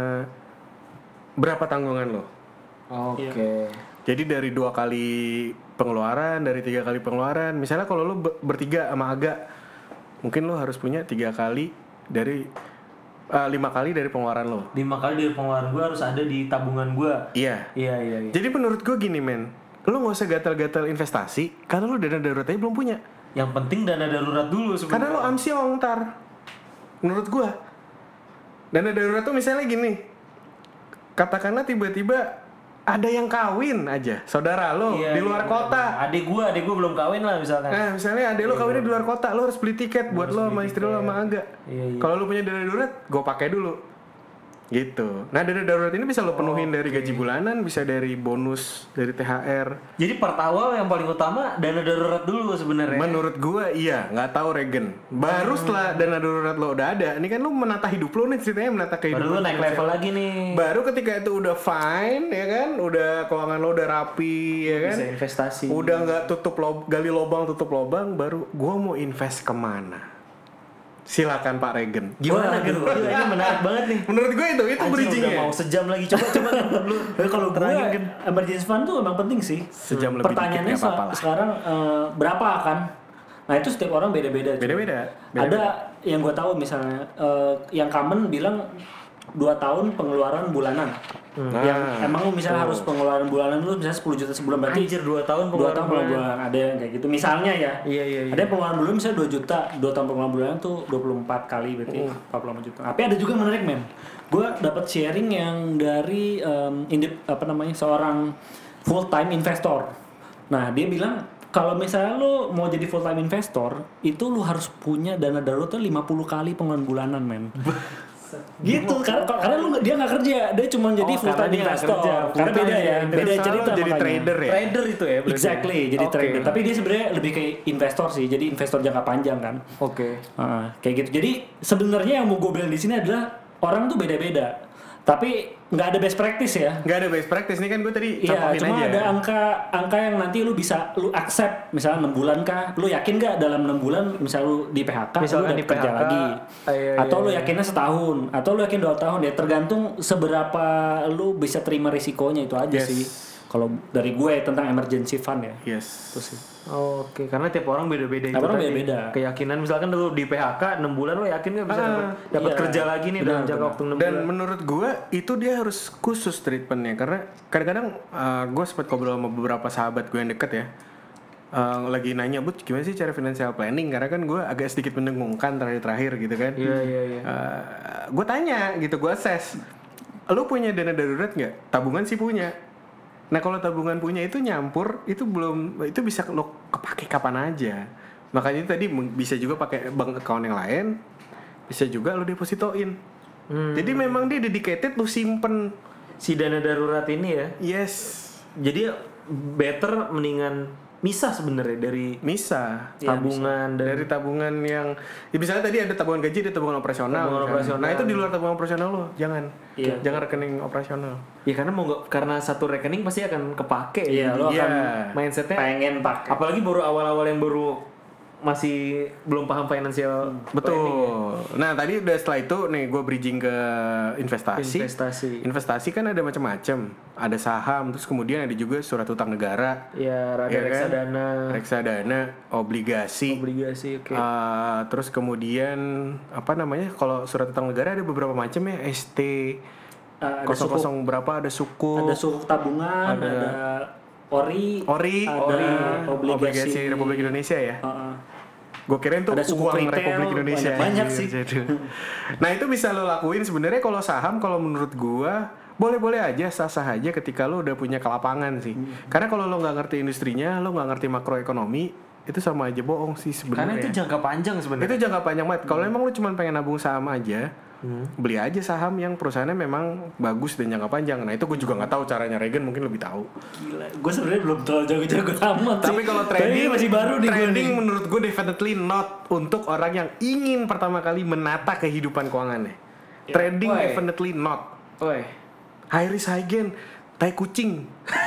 berapa tanggungan lo. Oke. Jadi dari 2 kali pengeluaran, dari 3 kali pengeluaran. Misalnya kalau lo bertiga sama Aga, mungkin lo harus punya 3 kali dari 5 kali dari pengeluaran lo. 5 kali dari pengeluaran gue harus ada di tabungan gue. Iya. Jadi menurut gue gini men, lo nggak usah gatal-gatal investasi karena lo dana daruratnya belum punya. Yang penting dana darurat dulu sebenarnya. Karena lo amsyong ntar. Menurut gue, dana darurat tuh misalnya gini, katakanlah tiba-tiba ada yang kawin aja, saudara lo di luar kota. Adik gue belum kawin lah misalkan. Nah misalnya adik lo kawinnya di luar kota, lo harus beli tiket buat lo sama istri lo sama Aga. Kalau lo punya dana darurat, gue pakai dulu. Gitu. Nah dana darurat ini bisa lo penuhin dari gaji bulanan, bisa dari bonus, dari THR. Jadi part awal yang paling utama dana darurat dulu sebenarnya. Menurut gue iya, nggak tahu Regen. Baru setelah dana darurat lo udah ada, ini kan lo menata hidup lo nih, ceritanya menata kehidupan. Baru lo naik level lagi nih. Baru ketika itu udah fine ya kan, udah keuangan lo udah rapi ya kan. Bisa investasi. Udah nggak gali lubang tutup lubang, baru gue mau invest kemana? Silakan Pak Regen. Gimana gitu? Ini menarik banget nih. Menurut gue itu bridgingnya. Udah mau sejam lagi, coba lu. Kalau gue emergency fund tuh emang penting sih. Sejam lebih pertanyaannya dikit, apa-apa lah. sekarang berapa kan? Nah itu setiap orang beda-beda. Ada yang gue tahu misalnya yang common bilang 2 tahun pengeluaran bulanan. Yang emang lu misalnya harus pengeluaran bulanan lu misalnya 10 juta sebulan, berarti anjir 2 tahun pengeluaran bulanan. Ada yang kayak gitu misalnya ya. Iya. Ada pengeluaran bulanan misalnya 2 juta, 2 tahun pengeluaran bulanan tuh 24 kali berarti 45 juta. Tapi ada juga menarik men. Gue dapat sharing yang dari seorang full time investor. Nah, dia bilang kalau misalnya lo mau jadi full time investor, itu lo harus punya dana darurat 50 kali pengeluaran bulanan men. Gitu karena dia nggak kerja, dia cuma jadi full time investor. Karena beda ya, beda cerita jadi makanya. trader ya. Trader itu ya. Exactly, jadi trader. Tapi dia sebenarnya lebih kayak investor sih, jadi investor jangka panjang kan. Oke. Kayak gitu. Jadi sebenarnya yang mau gue bilang di sini adalah orang tuh beda-beda. Tapi nggak ada best practice ya. Nggak ada best practice, ini kan gue tadi Iya, contohin cuma aja. ada angka yang nanti lu bisa lu accept, misalnya 6 bulan kah? Lu yakin nggak dalam 6 bulan misal lu di PHK, Misalkan lu di udah kerja PHK, lagi? iya, Atau iya, lu iya. yakinnya setahun, atau lu yakin 2 tahun ya, tergantung seberapa lu bisa terima risikonya itu aja Yes. sih. Kalau dari gue tentang emergency fund ya. Yes. Itu sih. Oke, karena tiap orang beda-beda itu Tiap orang tadi. beda-beda. Keyakinan misalkan lu di PHK 6 bulan lo yakin nggak bisa dapat iya. kerja lagi nih dalam jangka waktu 6 Dan bulan? menurut gue itu dia harus khusus treatmentnya, karena kadang-kadang gue sempat ngobrol sama beberapa sahabat gue yang deket ya, lagi nanya, Bud gimana sih cara financial planning, karena kan gue agak sedikit mendengungkan terakhir-terakhir gitu kan. Iya. Gue tanya gitu, gue assess, lu punya dana darurat nggak? Tabungan sih punya. Nah kalau tabungan punya itu nyampur, itu belum, itu bisa lo kepake kapan aja. Makanya tadi bisa juga pakai bank account yang lain, bisa juga lo depositoin. Jadi memang dia dedicated, lo simpen. Si dana darurat ini ya. Yes. Jadi better mendingan misah sebenarnya dari Bisa. tabungan dan Dari tabungan yang, ya misalnya tadi ada tabungan gaji, ada tabungan operasional. Tabungan misalnya. operasional. Nah itu di luar tabungan operasional lo, jangan. Iya. Jangan rekening operasional. ya karena mau nggak, karena satu rekening pasti akan kepake. Iya, Jadi lo Iya. akan mindsetnya pengen pakai. apalagi baru awal-awal yang baru masih belum paham financial Betul. Nah tadi udah setelah itu nih gue bridging ke investasi. Investasi kan ada macam-macam. Ada saham, terus kemudian ada juga surat utang negara. ya ada Ya kan? reksadana, Reksadana, obligasi. obligasi, oke. Terus kemudian apa namanya? Kalau surat utang negara ada beberapa macam ya. ST Ada 00 berapa, ada suku, ada sukuk tabungan, ada ori, ori, ada obligasi Republik Indonesia ya. Heeh. Gue kirain tuh Ada suku uang retail, Republik Indonesia. banyak Iya, sih. gitu. Nah itu bisa lo lakuin sebenarnya kalau saham, kalau menurut gue boleh-boleh aja, sah-sah aja ketika lo udah punya kelapangan sih. Karena kalau lo nggak ngerti industrinya, lo nggak ngerti makroekonomi, itu sama aja bohong sih Karena sebenarnya. itu jangka panjang sebenarnya. Itu jangka panjang banget. Kalau emang lo cuma pengen nabung saham aja, beli aja saham yang perusahaannya memang bagus dan jangka panjang. Nah itu gue juga nggak tahu caranya. Regan mungkin lebih tahu. Gila, gue sebenarnya belum terlalu jago-jago amat sih. Tapi kalau trading masih baru nih gue trading nih. menurut gue definitely not untuk orang yang ingin pertama kali menata kehidupan keuangannya. Trading Why? definitely not. Woi, High risk high gain, tai kucing.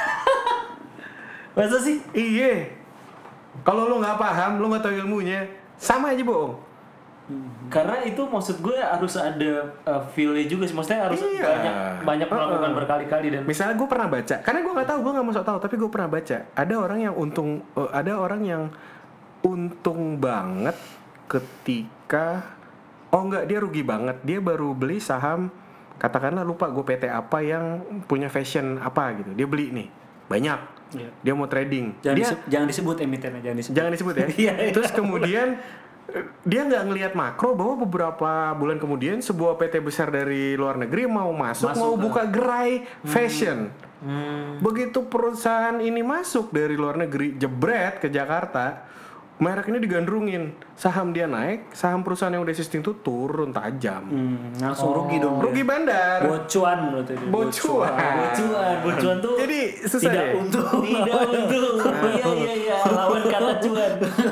masa sih? Iya. Kalau lo nggak paham, lo nggak tahu ilmunya, sama aja bohong. Karena itu maksud gue harus ada feel-nya juga sih. Maksudnya harus Iya. banyak melakukan berkali-kali dan Misalnya gue pernah baca, karena gue nggak tahu, gue nggak masuk tahu, tapi gue pernah baca. Ada orang yang untung banget ketika, enggak, dia rugi banget. Dia baru beli saham, katakanlah lupa gue PT apa yang punya fashion apa gitu. Dia beli nih banyak. Iya. Dia mau trading. Jangan disebut emitennya, jangan disebut. Jangan disebut ya. Iya. Terus kemudian dia nggak ngelihat makro bahwa beberapa bulan kemudian sebuah PT besar dari luar negeri mau mau buka gerai fashion. Begitu perusahaan ini masuk dari luar negeri, jebret ke Jakarta, merek ini digandrungin, saham dia naik, saham perusahaan yang udah existing tuh turun tajam. Langsung rugi dong. Rugi bandar. Bocuan berarti. Bocuan tuh Jadi susah tidak ya? untung. tidak untung. Iya, lawan kata cuan.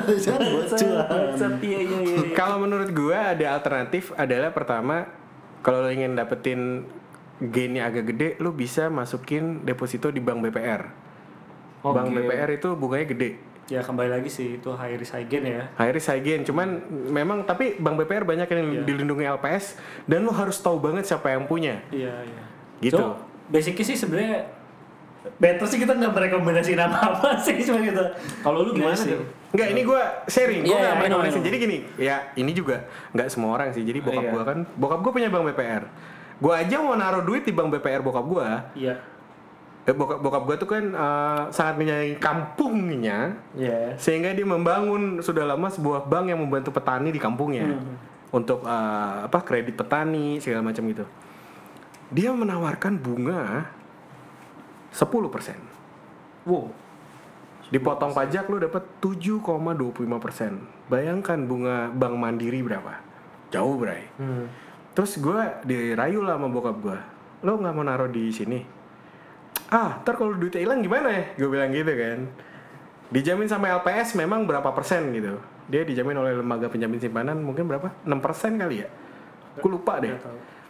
Iya. Kalau menurut gua ada alternatif adalah pertama, kalau lo ingin dapetin gainnya agak gede, lo bisa masukin deposito di bank BPR. Bank Oke. BPR itu bunganya gede. Ya kembali lagi sih itu high risk high gain ya. High risk high gain, cuman memang tapi bank BPR banyak yang dilindungi LPS dan lo harus tahu banget siapa yang punya. Iya. Gitu. So, basicnya sih sebenarnya better sih kita nggak merekomendasiin apa-apa sih cuma gitu. Kalau lu gimana sih? tuh? Enggak, ini gue sharing, gue Iya, nggak I know. merekomendasiin. Jadi gini, ya ini juga nggak semua orang sih. Jadi bokap Iya. gue kan, bokap gue punya bank BPR. Gue aja mau naruh duit di bank BPR bokap gue. Iya. Bokap gue tuh kan sangat menyayangi kampungnya, sehingga dia membangun sudah lama sebuah bank yang membantu petani di kampungnya untuk kredit petani segala macam gitu. Dia menawarkan bunga 10%. Wow. Dipotong pajak lu dapat 7,25%. Bayangkan bunga Bank Mandiri berapa? Jauh, Bray. Terus gue dirayu lah sama bokap gue. Lo nggak mau naruh di sini? Ntar kalau duitnya hilang gimana ya? Gue bilang gitu kan. Dijamin sama LPS memang berapa persen gitu. Dia dijamin oleh lembaga penjamin simpanan mungkin berapa? 6% kali ya? Gue lupa deh.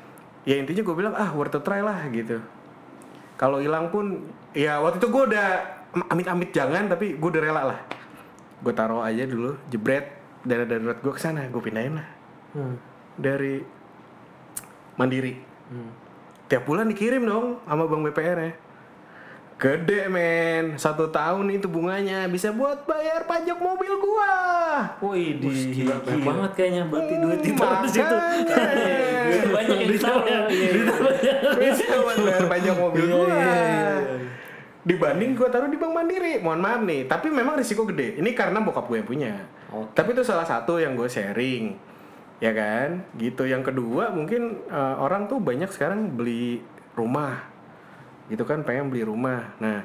ya intinya gue bilang worth a try lah gitu. Kalau hilang pun ya waktu itu gue udah amit-amit jangan, tapi gue udah rela lah. Gue taruh aja dulu, jebret dana darurat gue kesana, gue pindahin lah. Dari Mandiri. Tiap bulan dikirim dong sama Bank BPR ya. Gede men, 1 tahun itu bunganya bisa buat bayar pajak mobil gua. Wih, Gila banget kayaknya berarti duit ditaruh di situ. Duit banyak yang ditaruh ya. Bisa buat bayar pajak mobil gua. Dibanding gua taruh di Bank Mandiri. Mohon maaf nih, tapi memang risiko gede. Ini karena bokap gue yang punya. Tapi itu salah satu yang gue sharing. Ya kan? Gitu. Yang kedua mungkin orang tuh banyak sekarang beli rumah. Gitu kan, pengen beli rumah. Nah,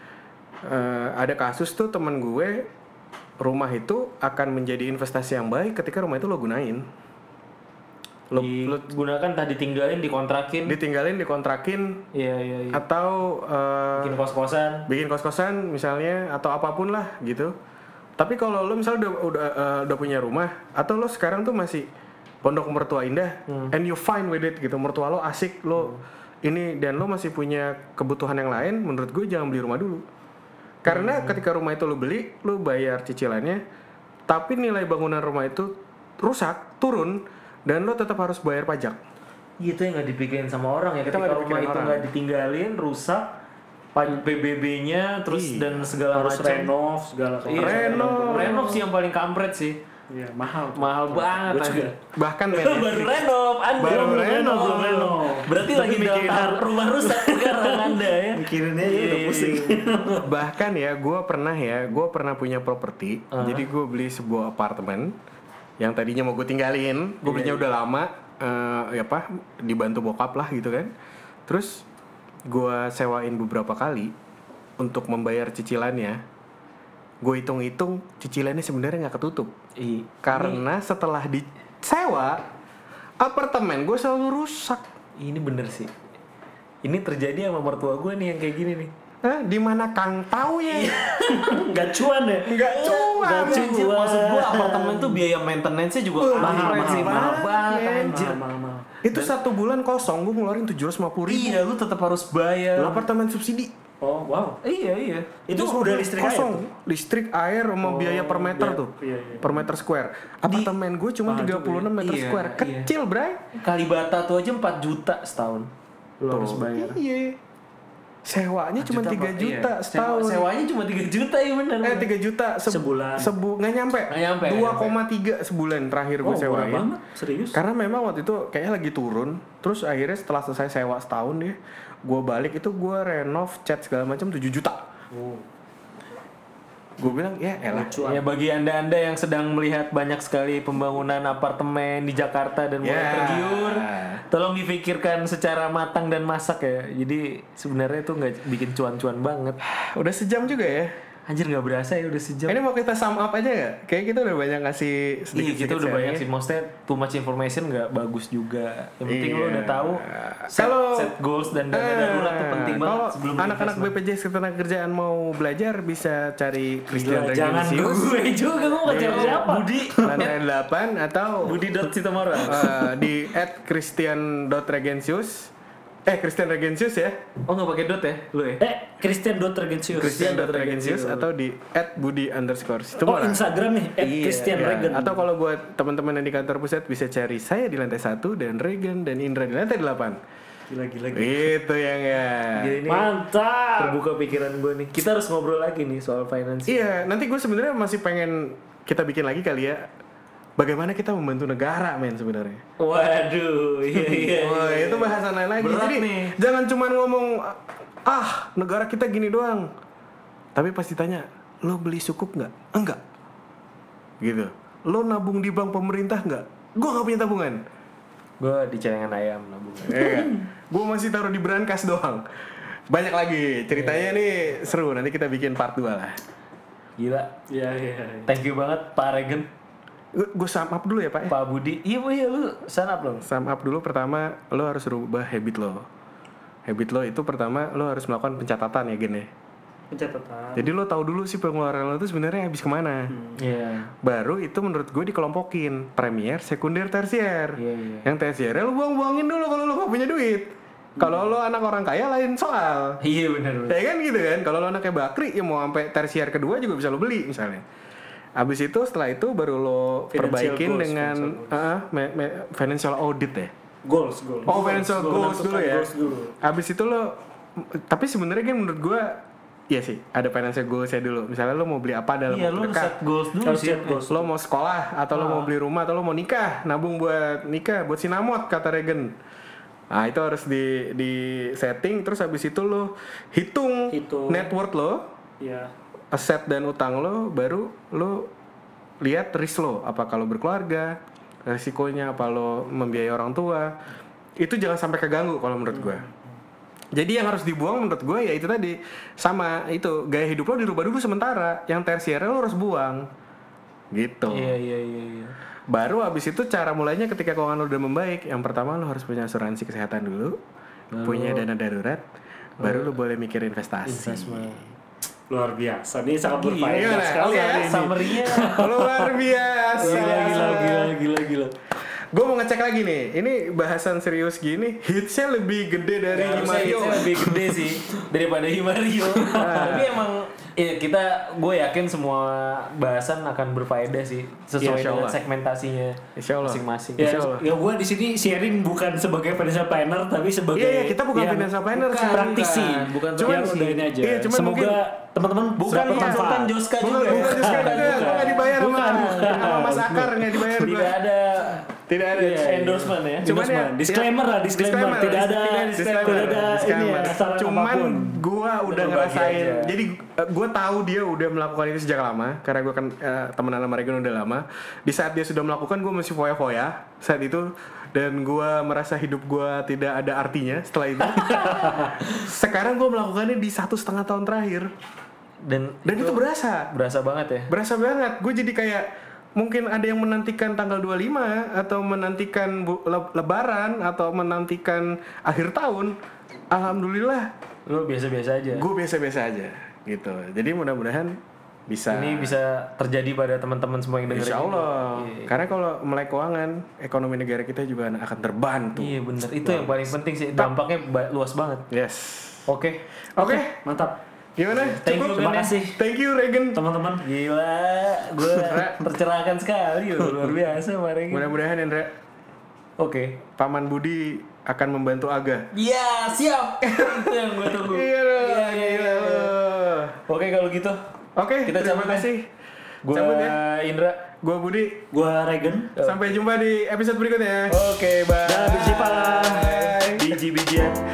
ada kasus tuh temen gue, rumah itu akan menjadi investasi yang baik ketika rumah itu lo gunain. Lo gunakan, tadi ditinggalin, dikontrakin. Iya. Atau bikin kos-kosan misalnya, atau apapun lah gitu. Tapi kalau lo misalnya udah punya rumah, atau lo sekarang tuh masih pondok mertua indah, and you fine with it gitu, mertua lo asik, lo ini, dan lo masih punya kebutuhan yang lain, menurut gue jangan beli rumah dulu. Karena ketika rumah itu lo beli, lo bayar cicilannya, tapi nilai bangunan rumah itu rusak, turun, dan lo tetap harus bayar pajak. Gitu yang nggak dipikirin sama orang ya. Ketika rumah itu nggak ditinggalin, rusak, PBB-nya, terus dan segala harus macam. renov segala. Renov sih yang paling kampret sih. Iya, mahal banget aja. Bahkan baru renov. Berarti lagi dalam tahap rumah rusak sekarang Anda ya. Mikirinnya udah pusing. Bahkan ya, gue pernah punya properti. Jadi gue beli sebuah apartemen yang tadinya mau gue tinggalin. Gue belinya udah lama, dibantu bokap lah gitu kan. Terus gue sewain beberapa kali untuk membayar cicilannya. Gue hitung-hitung cicilannya sebenarnya nggak ketutup. Karena setelah disewa, apartemen gue selalu rusak. Ini bener sih. Ini terjadi sama mertua gue nih yang kayak gini nih. Di mana Kang tahu ya? Nggak cuan ya? Nggak cuan. Maksud gue apartemen tuh biaya maintenance-nya juga mahal banget anjir. Itu 1 bulan kosong gue ngeluarin 750.000. Iya, lu tetap harus bayar. Apartemen subsidi. Oh wow. Iya. Itu udah listrik kosong. Air Listrik, air, sama biaya per meter tuh. Iya. Per meter square. Apartemen gue cuma 36 meter square. Kecil, Bray. Kalibata tuh aja 4 juta setahun. Lu harus bayar. Iya. Sewanya cuma 3 juta setahun. Sewanya cuma 3 juta ya benar. 3 juta sebulan. Nggak nyampe. 2,3 sebulan terakhir gue sewain. Banget, serius. Karena memang waktu itu kayaknya lagi turun. Terus akhirnya setelah selesai sewa setahun deh, gue balik itu gue renov, cat segala macam 7 juta. Gue bilang ya elah. Ya bagi anda yang sedang melihat banyak sekali pembangunan apartemen di Jakarta dan mulai tergiur, tolong dipikirkan secara matang dan masak ya. Jadi sebenarnya itu nggak bikin cuan-cuan banget. Udah sejam juga ya. Anjir nggak berasa ya udah sejam. Ini mau kita sum up aja nggak? Kayak kita udah banyak ngasih sedikit. Iya kita udah banyak sih. Maksudnya too much information nggak bagus juga. Yang penting lo udah tahu. Set goals dan dana darurat tuh penting banget. Kalau anak-anak BPJS Ketenagakerjaan mau belajar bisa cari Christian Jangan Regensius. gue juga, gue nggak cari siapa. Budi Lantai 8 atau Budi.Sitomora di @christian.regensius. Christian Regensius ya. Oh nggak pakai dot ya lu ya? Christian.Regensius. Christian.Regensius atau di @budi_sitomora. Instagram nih @Christian Regen. Atau kalau buat teman-teman yang di kantor pusat bisa cari saya di lantai 1 dan Regen dan Indra di lantai 8. Gila. Itu yang ya. Mantap. Terbuka pikiran gue nih. Kita harus ngobrol lagi nih soal finance. Iya, nanti gue sebenarnya masih pengen kita bikin lagi kali ya. Bagaimana kita membantu negara men sebenarnya. Waduh, iya. Oh, itu bahasan lain lagi. Berat Jadi nih. jangan cuma ngomong negara kita gini doang. Tapi pasti tanya, lo beli sukuk nggak? Enggak. Gitu. Lo nabung di bank pemerintah nggak? Gue nggak punya tabungan. Gue di celengan ayam nabungan. Gue masih taruh di brankas doang. Banyak lagi ceritanya nih seru. Nanti kita bikin part 2 lah. Gila. Iya. Thank you banget Pak Regen. Gue sum up dulu ya Pak ya. Pak Budi. Iya lu sum up dong. Sum up dulu, pertama lo harus rubah habit lo. Habit lo itu pertama lo harus melakukan pencatatan ya Gen ya. Pencatatan. Jadi lo tahu dulu sih pengeluaran lo itu sebenarnya habis kemana. Iya. Baru itu menurut gue dikelompokin premier, sekunder, tersier. Iya. Yang tersier lo buang-buangin dulu kalau lo gak punya duit. Kalau lo anak orang kaya lain soal. Iya benar. Ya kan gitu kan. Kalau lo anaknya bakri ya mau sampai tersier kedua juga bisa lo beli misalnya. Abis itu setelah itu baru lo Financial perbaikin goals, dengan financial audit ya. Goals. Oh, financial goals dulu ya. Goals dulu. Abis itu lo, tapi sebenarnya kan menurut gue, iya sih, ada financial goalsnya dulu. Misalnya lo mau beli apa dalam Iya, waktu lo dekat. set goals dulu Harus sih. set goals. Lo mau sekolah atau lo mau beli rumah atau lo mau nikah, nabung buat nikah, buat sinamot kata Regen. Nah itu harus di setting. Terus habis itu lo hitung net worth lo, Iya. aset dan utang lo, baru lo lihat risk lo, apa kalau berkeluarga, resikonya apa lo membiayai orang tua. Itu jangan sampai keganggu kalau menurut gue. Jadi yang harus dibuang menurut gue ya itu tadi, sama itu gaya hidup lo dirubah dulu sementara, yang tersier lo harus buang gitu. Iya. Baru abis itu cara mulainya ketika keuangan lo udah membaik, yang pertama lo harus punya asuransi kesehatan dulu, punya dana darurat, baru lo boleh mikir investasi. Luar biasa. Ini sangat Gila, berfaedah sekali oke. hari ini. Summary-nya Luar biasa. gila. Gue mau ngecek lagi nih, ini bahasan serius gini, hitsnya lebih gede dari Himario. Harusnya lebih gede sih daripada Himario. Tapi emang gue yakin semua bahasan akan berfaedah sih sesuai Insya dengan Allah. segmentasinya Insya Allah. masing-masing. Ya, Insya Allah. ya gue di sini sharing bukan sebagai financial planner tapi sebagai Iya, kita bukan yang financial planner sih. praktisi. Bukan Cuman praktisi. udah ini aja. Iya, cuman Semoga mungkin- teman-teman Bukan bermanfaat. Joska Bukan juga. Juska juga, gue gak dibayar sama Mas Bukan. Akar, gak dibayar gue. Tidak ada Tidak ada. endorsement ya. Cuman ya, disclaimer lah, disclaimer. Tidak ada ini ya, saran Cuman apapun. gue udah Berbagi ngerasain. aja. Jadi gue tahu dia udah melakukan itu sejak lama, karena gue kan temenan sama Regen udah lama. Di saat dia sudah melakukan, gue masih foya-foya saat itu, dan gue merasa hidup gue tidak ada artinya setelah itu. Sekarang gue melakukannya di 1,5 tahun terakhir, dan itu berasa banget ya. berasa banget. Gue jadi kayak mungkin ada yang menantikan tanggal 25 atau menantikan lebaran atau menantikan akhir tahun. Alhamdulillah Lu biasa-biasa aja. gue biasa-biasa aja gitu. Jadi mudah-mudahan bisa. Ini bisa terjadi pada teman-teman semua yang dengerin. Insya Allah. Iya. Karena kalau melek keuangan, ekonomi negara kita juga akan terbantu. Iya bener. Itu yang paling penting sih. Dampaknya luas banget. Yes. Oke. Mantap. Gimana? Thank you, Terima Gan, ya. kasih. Thank you Regen. Teman-teman. Gila, gue tercerahkan sekali loh, luar biasa kemarin. Mudah-mudahan Indra, Oke. Paman Budi akan membantu Aga. Iya, siap. Itu yang gue tunggu. Iya dong. Gila. Oke, kalau gitu. Oke, Kita terima cabut ya. kasih. Gue Cabut ya. Indra. Gua Budi. Gua Regen. Sampai jumpa di episode berikutnya. Oke, bye. Dah, biji pala. Biji-bijian.